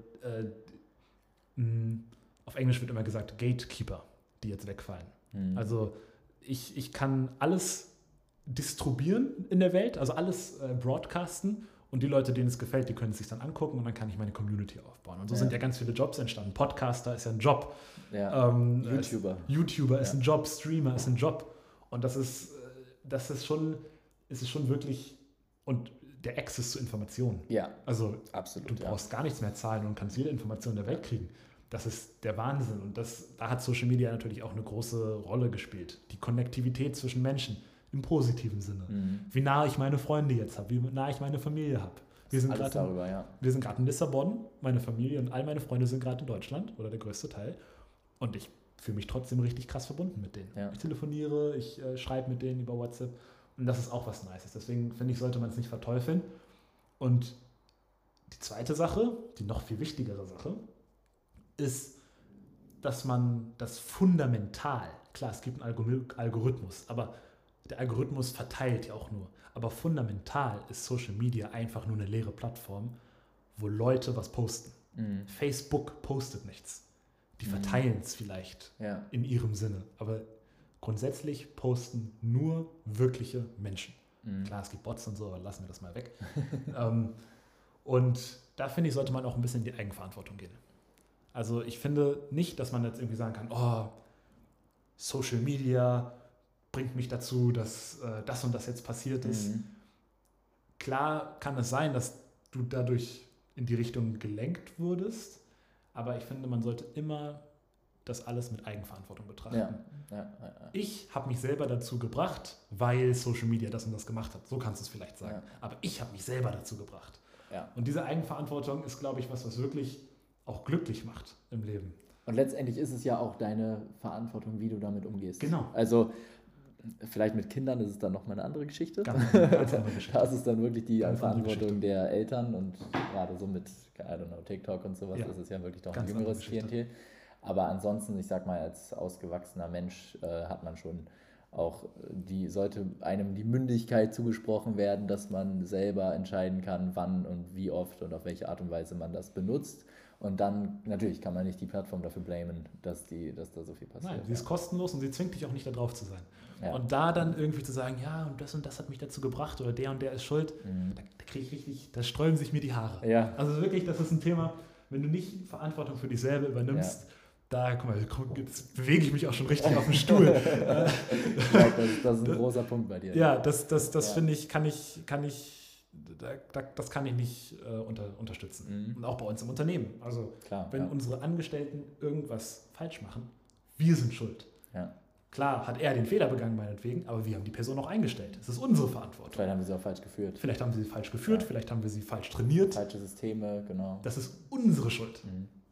auf Englisch wird immer gesagt Gatekeeper, die jetzt wegfallen. Also ich kann alles distribuieren in der Welt, also alles broadcasten und die Leute, denen es gefällt, die können es sich dann angucken und dann kann ich meine Community aufbauen. Und so sind ja ganz viele Jobs entstanden. Podcaster ist ja ein Job. Ja. YouTuber ist ein Job, Streamer ist ein Job. Und das ist schon wirklich, und der Access zu Informationen. Ja, also absolut. Du brauchst gar nichts mehr zahlen und kannst jede Information der Welt kriegen. Das ist der Wahnsinn. Und da hat Social Media natürlich auch eine große Rolle gespielt. Die Konnektivität zwischen Menschen im positiven Sinne. Wie nah ich meine Freunde jetzt habe, wie nah ich meine Familie habe. Wir sind gerade in Lissabon, meine Familie und all meine Freunde sind gerade in Deutschland oder der größte Teil. Und ich fühle mich trotzdem richtig krass verbunden mit denen. Ja. Ich telefoniere, ich schreibe mit denen über WhatsApp. Und das ist auch was Nices. Deswegen finde ich, sollte man es nicht verteufeln. Und die zweite Sache, die noch viel wichtigere Sache, ist, dass man das fundamental, klar, es gibt einen Algorithmus, aber der Algorithmus verteilt ja auch nur. Aber fundamental ist Social Media einfach nur eine leere Plattform, wo Leute was posten. Facebook postet nichts. Die verteilen es vielleicht in ihrem Sinne. Aber grundsätzlich posten nur wirkliche Menschen. Klar, es gibt Bots und so, aber lassen wir das mal weg. Und da finde ich, sollte man auch ein bisschen in die Eigenverantwortung gehen. Also ich finde nicht, dass man jetzt irgendwie sagen kann, oh, Social Media bringt mich dazu, dass das und das jetzt passiert ist. Klar kann es sein, dass du dadurch in die Richtung gelenkt wurdest, aber ich finde, man sollte immer das alles mit Eigenverantwortung betrachten. Ja. Ich habe mich selber dazu gebracht, weil Social Media das und das gemacht hat. So kannst du es vielleicht sagen. Ja. Aber ich habe mich selber dazu gebracht. Ja. Und diese Eigenverantwortung ist, glaube ich, was wirklich auch glücklich macht im Leben. Und letztendlich ist es ja auch deine Verantwortung, wie du damit umgehst. Genau. Also Vielleicht mit Kindern ist es dann nochmal eine andere Geschichte. Ganz andere Geschichte. Da ist es dann wirklich die Ganz andere Verantwortung Geschichte. der Eltern und gerade so mit, I don't know, TikTok und sowas, Ja. ist es ja wirklich doch ein Ganz jüngeres andere Geschichte. Klientel. Aber ansonsten, ich sag mal, als ausgewachsener Mensch hat man schon auch, sollte einem die Mündigkeit zugesprochen werden, dass man selber entscheiden kann, wann und wie oft und auf welche Art und Weise man das benutzt. Und dann, natürlich kann man nicht die Plattform dafür blamen, dass da so viel passiert. Nein, sie ist kostenlos und sie zwingt dich auch nicht, da drauf zu sein. Ja. Und da dann irgendwie zu sagen, ja, und das hat mich dazu gebracht oder der ist schuld, da kriege ich richtig, da sträuben sich mir die Haare. Ja. Also wirklich, das ist ein Thema, wenn du nicht Verantwortung für dich selber übernimmst, da, guck mal, jetzt bewege ich mich auch schon richtig auf dem Stuhl. Das ist ein großer Punkt bei dir. Ja, das finde ich, kann ich nicht unterstützen. Und auch bei uns im Unternehmen. Also, Klar, wenn unsere Angestellten irgendwas falsch machen, wir sind schuld. Ja. Klar hat er den Fehler begangen, meinetwegen, aber wir haben die Person auch eingestellt. Es ist unsere Verantwortung. Vielleicht haben wir sie auch falsch geführt. Vielleicht haben wir sie falsch geführt, vielleicht haben wir sie falsch trainiert. Falsche Systeme, genau. Das ist unsere Schuld.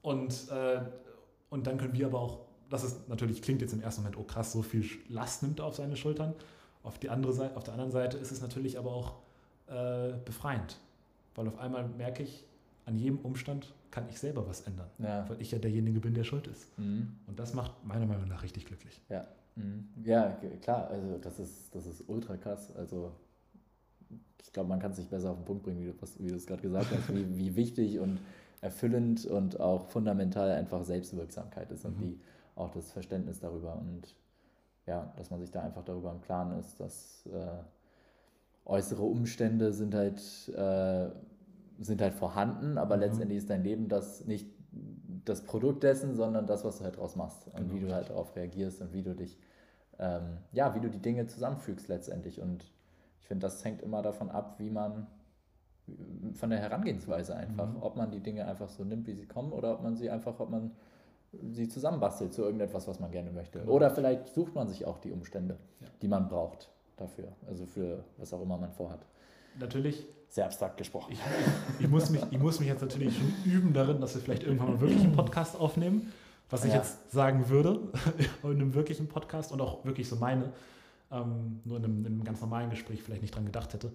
Und dann können wir aber auch, das ist natürlich, klingt jetzt im ersten Moment, oh krass, so viel Last nimmt er auf seine Schultern. Auf der anderen Seite ist es natürlich aber auch befreiend. Weil auf einmal merke ich, an jedem Umstand kann ich selber was ändern. Ja. Weil ich ja derjenige bin, der schuld ist. Und das macht meiner Meinung nach richtig glücklich. Ja. Ja, klar, also das ist ultra krass. Also ich glaube, man kann es nicht besser auf den Punkt bringen, wie du es gerade gesagt hast, wie wichtig und erfüllend und auch fundamental einfach Selbstwirksamkeit ist und wie auch das Verständnis darüber und ja, dass man sich da einfach darüber im Klaren ist, dass äußere Umstände sind halt vorhanden, aber letztendlich ist dein Leben das nicht das Produkt dessen, sondern das, was du halt draus machst und wie du halt darauf reagierst und wie du dich, wie du die Dinge zusammenfügst letztendlich. Und ich finde, das hängt immer davon ab, wie man von der Herangehensweise einfach, ob man die Dinge einfach so nimmt, wie sie kommen, oder ob man sie zusammenbastelt zu irgendetwas, was man gerne möchte. Genau. Oder vielleicht sucht man sich auch die Umstände, die man braucht dafür, also für was auch immer man vorhat. Natürlich. Sehr abstrakt gesprochen. Ich muss mich jetzt natürlich schon üben darin, dass wir vielleicht irgendwann mal wirklich einen Podcast aufnehmen, was ich jetzt sagen würde, in einem wirklichen Podcast und auch wirklich so meine, nur in einem ganz normalen Gespräch vielleicht nicht dran gedacht hätte.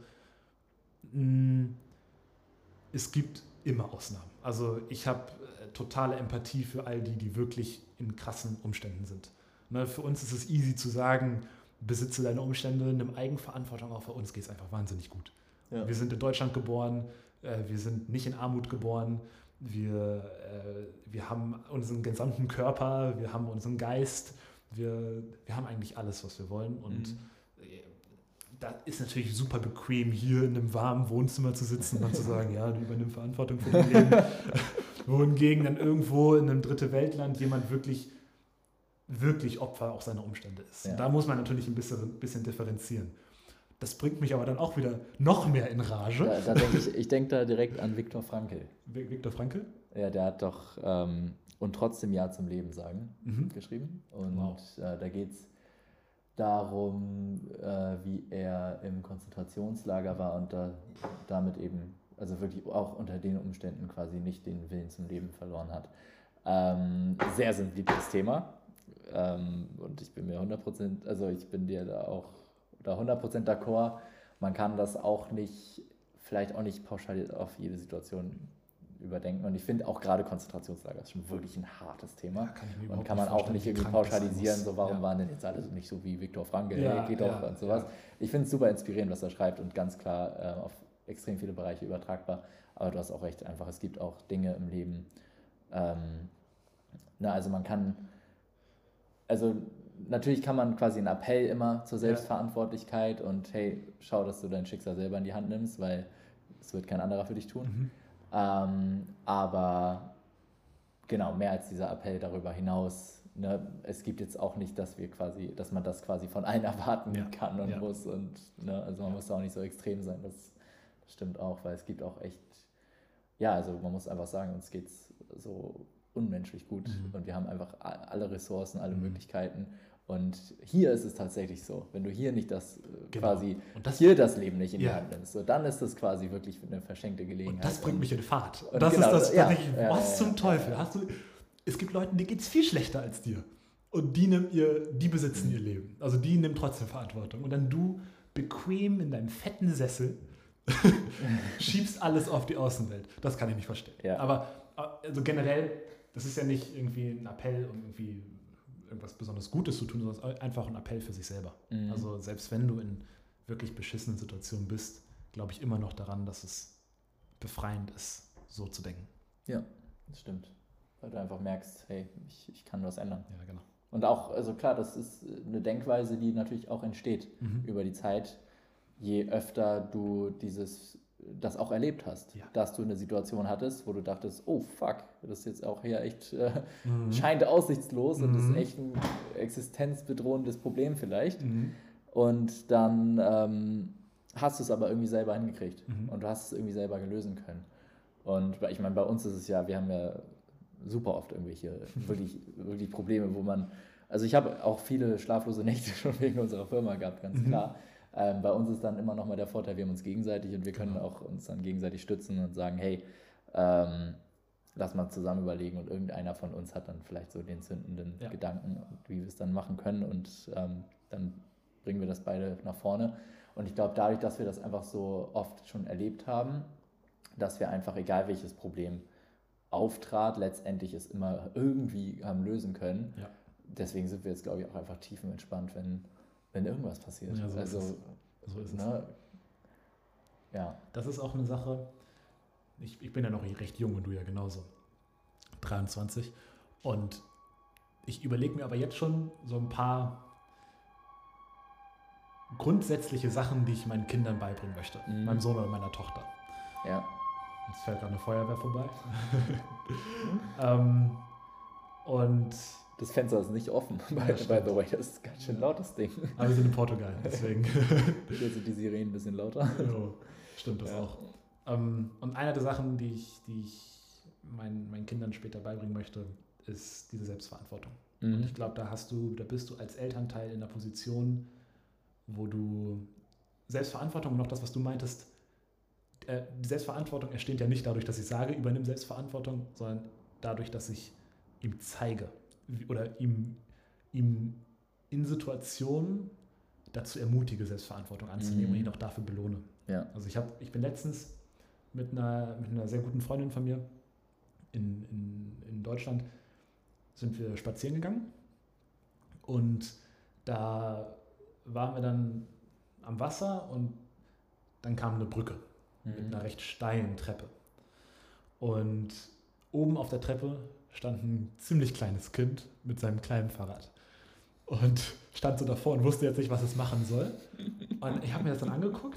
Es gibt immer Ausnahmen. Also ich habe totale Empathie für all die wirklich in krassen Umständen sind. Ne, für uns ist es easy zu sagen, besitze deine Umstände, nimm Eigenverantwortung, auch für uns geht es einfach wahnsinnig gut. Ja. Wir sind in Deutschland geboren, wir sind nicht in Armut geboren, wir haben unseren gesamten Körper, wir haben unseren Geist, wir haben eigentlich alles, was wir wollen und da ist natürlich super bequem, hier in einem warmen Wohnzimmer zu sitzen und dann zu sagen, ja, du übernimmst Verantwortung für dein Leben. Wohingegen dann irgendwo in einem Dritte-Welt-Land jemand wirklich Opfer auch seiner Umstände ist. Ja. Und da muss man natürlich ein bisschen differenzieren. Das bringt mich aber dann auch wieder noch mehr in Rage. Ja, ich denke da direkt an Viktor Frankl. Viktor Frankl? Ja, der hat doch und trotzdem Ja zum Leben sagen geschrieben. Und da geht es darum, wie er im Konzentrationslager war und damit eben, also wirklich auch unter den Umständen quasi nicht den Willen zum Leben verloren hat. Sehr sensibles Thema. Und ich bin mir 100%, also ich bin dir da auch 100% d'accord. Man kann das auch vielleicht auch nicht pauschal auf jede Situation überdenken. Und ich finde auch gerade Konzentrationslager ist schon wirklich ein hartes Thema. Ja, kann man auch nicht irgendwie pauschalisieren, so warum waren denn jetzt alle nicht so wie Viktor Frankl, geht doch und sowas. Ja. Ich finde es super inspirierend, was er schreibt und ganz klar auf extrem viele Bereiche übertragbar. Aber du hast auch recht, einfach, es gibt auch Dinge im Leben. Natürlich kann man quasi einen Appell immer zur Selbstverantwortlichkeit und hey, schau, dass du dein Schicksal selber in die Hand nimmst, weil es wird kein anderer für dich tun. Aber genau, mehr als dieser Appell darüber hinaus, ne, es gibt jetzt auch nicht, dass man das quasi von allen erwarten kann und muss und ne, also man muss da auch nicht so extrem sein, das stimmt auch, weil es gibt auch echt, also man muss einfach sagen, uns geht's so unmenschlich gut und wir haben einfach alle Ressourcen, alle Möglichkeiten. Und hier ist es tatsächlich so, wenn du hier nicht das hier das Leben nicht in die Hand nimmst, so, dann ist das quasi wirklich eine verschenkte Gelegenheit. Und das bringt mich in Fahrt. Und das ist das, was zum Teufel. Es gibt Leute, denen geht es viel schlechter als dir. und die besitzen ihr Leben. Also die nehmen trotzdem Verantwortung. Und dann du bequem in deinem fetten Sessel schiebst alles auf die Außenwelt. Das kann ich nicht verstehen. Ja. Aber also generell, das ist ja nicht irgendwie ein Appell, um irgendwie irgendwas besonders Gutes zu tun, sondern einfach ein Appell für sich selber. Also selbst wenn du in wirklich beschissenen Situationen bist, glaube ich immer noch daran, dass es befreiend ist, so zu denken. Ja, das stimmt. Weil du einfach merkst, hey, ich kann was ändern. Ja, genau. Und auch, also klar, das ist eine Denkweise, die natürlich auch entsteht über die Zeit, je öfter du das auch erlebt hast, dass du eine Situation hattest, wo du dachtest, oh fuck, das ist jetzt auch hier echt, scheint aussichtslos und das ist echt ein existenzbedrohendes Problem vielleicht. Und dann hast du es aber irgendwie selber hingekriegt und du hast es irgendwie selber lösen können. Und ich meine, bei uns ist es ja, wir haben ja super oft irgendwelche wirklich Probleme, wo man, also ich habe auch viele schlaflose Nächte schon wegen unserer Firma gehabt, ganz klar. Bei uns ist dann immer noch mal der Vorteil, wir haben uns gegenseitig und wir können auch uns dann gegenseitig stützen und sagen, hey, lass mal zusammen überlegen und irgendeiner von uns hat dann vielleicht so den zündenden Gedanken, wie wir es dann machen können und dann bringen wir das beide nach vorne. Und ich glaube, dadurch, dass wir das einfach so oft schon erlebt haben, dass wir einfach, egal welches Problem auftrat, letztendlich es immer irgendwie haben lösen können. Ja. Deswegen sind wir jetzt, glaube ich, auch einfach tiefenentspannt, wenn irgendwas passiert. Ja, so also, ist es. Ne? Ja. Das ist auch eine Sache, ich bin ja noch recht jung und du ja genauso, 23. Und ich überlege mir aber jetzt schon so ein paar grundsätzliche Sachen, die ich meinen Kindern beibringen möchte. Meinem Sohn oder meiner Tochter. Ja. Jetzt fährt gerade eine Feuerwehr vorbei. Und das Fenster ist nicht offen, by the way. Das ist ganz schön laut, das Ding. Aber wir sind in Portugal, deswegen. Hier sind die Sirenen ein bisschen lauter. Jo, stimmt das auch. Und eine der Sachen, die ich meinen Kindern später beibringen möchte, ist diese Selbstverantwortung. Und ich glaube, da bist du als Elternteil in der Position, wo du Selbstverantwortung und auch das, was du meintest, die Selbstverantwortung entsteht ja nicht dadurch, dass ich sage, übernimm Selbstverantwortung, sondern dadurch, dass ich ihm zeige oder ihm in Situationen dazu ermutige, Selbstverantwortung anzunehmen und ihn auch dafür belohne. Ja. Also ich bin letztens mit einer sehr guten Freundin von mir in Deutschland sind wir spazieren gegangen und da waren wir dann am Wasser und dann kam eine Brücke mit einer recht steilen Treppe. Und oben auf der Treppe stand ein ziemlich kleines Kind mit seinem kleinen Fahrrad. Und stand so davor und wusste jetzt nicht, was es machen soll. Und ich habe mir das dann angeguckt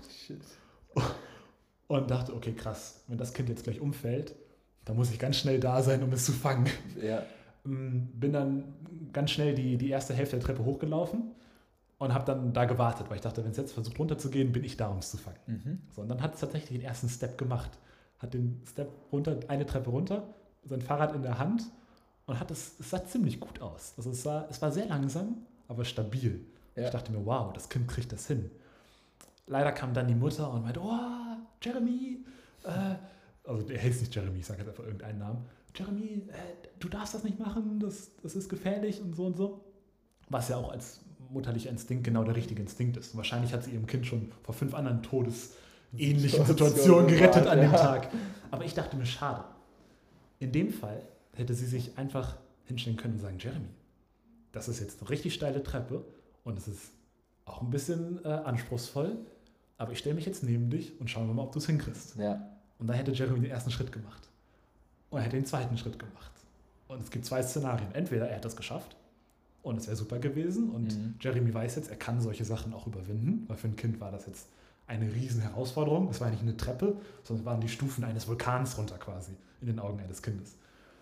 und dachte, okay, krass, wenn das Kind jetzt gleich umfällt, dann muss ich ganz schnell da sein, um es zu fangen. Ja. Bin dann ganz schnell die erste Hälfte der Treppe hochgelaufen und habe dann da gewartet, weil ich dachte, wenn es jetzt versucht runterzugehen, bin ich da, um es zu fangen. So, und dann hat es tatsächlich den ersten Step gemacht. Hat den Step runter, eine Treppe runter, sein Fahrrad in der Hand und es sah ziemlich gut aus. Also es war sehr langsam, aber stabil. Ja. Ich dachte mir, wow, das Kind kriegt das hin. Leider kam dann die Mutter und meinte, oh, Jeremy, also der heißt nicht Jeremy, ich sage jetzt einfach irgendeinen Namen. Jeremy, du darfst das nicht machen, das ist gefährlich und so und so. Was ja auch als mutterlicher Instinkt genau der richtige Instinkt ist. Und wahrscheinlich hat sie ihrem Kind schon vor 5 anderen todesähnlichen Situationen gerettet an dem Tag. Aber ich dachte mir, schade. In dem Fall hätte sie sich einfach hinstellen können und sagen, Jeremy, das ist jetzt eine richtig steile Treppe und es ist auch ein bisschen anspruchsvoll, aber ich stelle mich jetzt neben dich und schauen wir mal, ob du es hinkriegst. Ja. Und dann hätte Jeremy den ersten Schritt gemacht. Und er hätte den zweiten Schritt gemacht. Und es gibt 2 Szenarien. Entweder er hat das geschafft und es wäre super gewesen und Jeremy weiß jetzt, er kann solche Sachen auch überwinden, weil für ein Kind war das jetzt eine riesen Herausforderung. Es war nicht eine Treppe, sondern es waren die Stufen eines Vulkans runter quasi, in den Augen eines Kindes.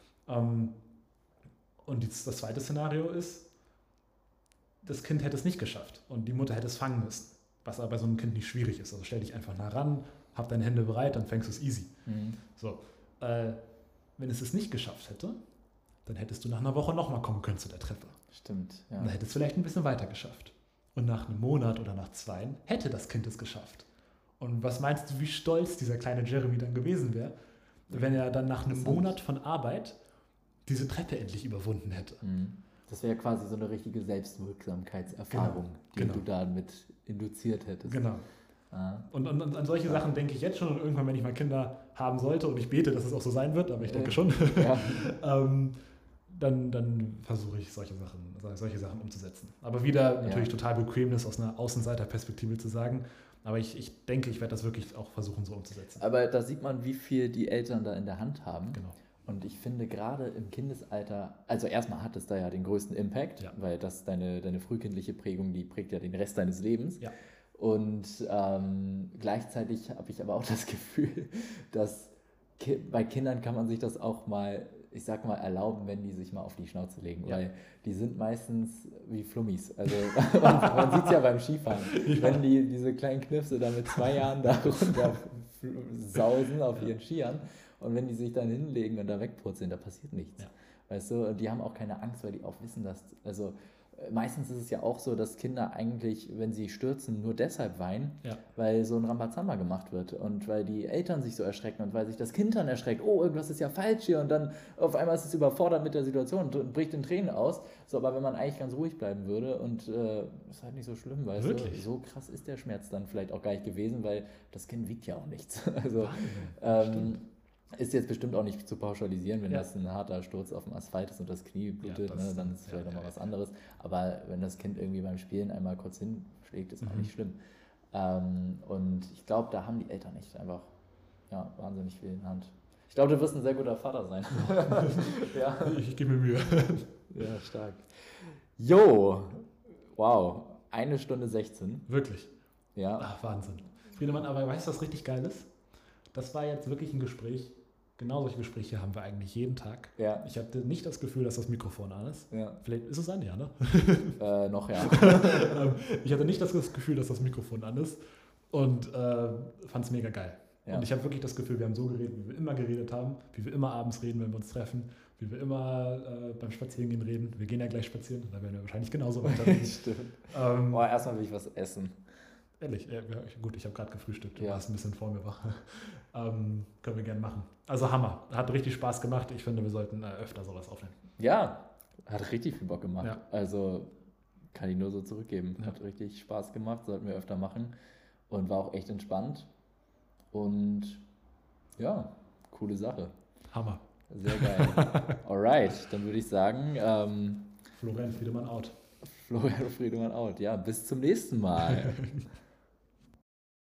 Und das zweite Szenario ist, das Kind hätte es nicht geschafft und die Mutter hätte es fangen müssen, was aber bei so einem Kind nicht schwierig ist. Also stell dich einfach nah ran, hab deine Hände bereit, dann fängst du es easy. So, wenn es nicht geschafft hätte, dann hättest du nach einer Woche nochmal kommen können zu der Treppe. Stimmt, ja. Und dann hättest du vielleicht ein bisschen weiter geschafft. Und nach einem Monat oder nach 2 hätte das Kind es geschafft. Und was meinst du, wie stolz dieser kleine Jeremy dann gewesen wäre, wenn er dann nach einem Monat von Arbeit diese Treppe endlich überwunden hätte? Das wäre quasi so eine richtige Selbstwirksamkeitserfahrung, die du damit induziert hättest. Genau. Und an solche Sachen denke ich jetzt schon und irgendwann, wenn ich mal Kinder haben sollte und ich bete, dass es auch so sein wird, aber ich denke schon, dann versuche ich solche Sachen umzusetzen. Aber wieder natürlich total bequem, das aus einer Außenseiterperspektive zu sagen, aber ich denke, ich werde das wirklich auch versuchen so umzusetzen. Aber da sieht man, wie viel die Eltern da in der Hand haben. Genau. Und ich finde gerade im Kindesalter, also erstmal hat es da ja den größten Impact, weil das deine frühkindliche Prägung, die prägt ja den Rest deines Lebens. Ja. Und gleichzeitig habe ich aber auch das Gefühl, dass bei Kindern kann man sich das auch mal, ich sag mal, erlauben, wenn die sich mal auf die Schnauze legen, weil die sind meistens wie Flummis. Also man sieht es ja beim Skifahren, wenn die diese kleinen Knirpse da mit 2 Jahren da runter sausen auf ihren Skiern und wenn die sich dann hinlegen und da wegpurzeln, da passiert nichts. Ja. Weißt du, und die haben auch keine Angst, weil die auch wissen, dass, also meistens ist es ja auch so, dass Kinder eigentlich, wenn sie stürzen, nur deshalb weinen, weil so ein Rambazamba gemacht wird und weil die Eltern sich so erschrecken und weil sich das Kind dann erschreckt, oh, irgendwas ist ja falsch hier und dann auf einmal ist es überfordert mit der Situation und bricht in Tränen aus. So, aber wenn man eigentlich ganz ruhig bleiben würde und ist halt nicht so schlimm, weißt du, so krass ist der Schmerz dann vielleicht auch gar nicht gewesen, weil das Kind wiegt ja auch nichts. Also ist jetzt bestimmt auch nicht zu pauschalisieren, wenn das ein harter Sturz auf dem Asphalt ist und das Knie blutet, dann ist es vielleicht nochmal was anderes. Aber wenn das Kind irgendwie beim Spielen einmal kurz hinschlägt, ist auch nicht schlimm. Und ich glaube, da haben die Eltern nicht einfach wahnsinnig viel in der Hand. Ich glaube, du wirst ein sehr guter Vater sein. Ich gebe mir Mühe. Ja, stark. Jo, wow, 1 Stunde 16. Wirklich? Ja. Ach, Wahnsinn. Friedemann, aber weißt du, was richtig geil ist? Das war jetzt wirklich ein Gespräch. Genau solche Gespräche haben wir eigentlich jeden Tag. Ja. Ich hatte nicht das Gefühl, dass das Mikrofon an ist. Ja. Vielleicht ist es an, ja, ne? Noch, ja. Ich hatte nicht das Gefühl, dass das Mikrofon an ist und fand es mega geil. Ja. Und ich habe wirklich das Gefühl, wir haben so geredet, wie wir immer geredet haben, wie wir immer abends reden, wenn wir uns treffen, wie wir immer beim Spazierengehen reden. Wir gehen ja gleich spazieren, da werden wir wahrscheinlich genauso weiterreden. Stimmt. Erstmal will ich was essen. Ehrlich, gut, ich habe gerade gefrühstückt, du warst ein bisschen vor mir wach. Können wir gerne machen. Also Hammer, hat richtig Spaß gemacht. Ich finde, wir sollten öfter sowas aufnehmen. Ja, hat richtig viel Bock gemacht. Ja. Also kann ich nur so zurückgeben. Ja. Hat richtig Spaß gemacht, sollten wir öfter machen und war auch echt entspannt. Und ja, coole Sache. Hammer. Sehr geil. Alright, dann würde ich sagen... Florian Friedemann out. Florian Friedemann out. Ja, bis zum nächsten Mal.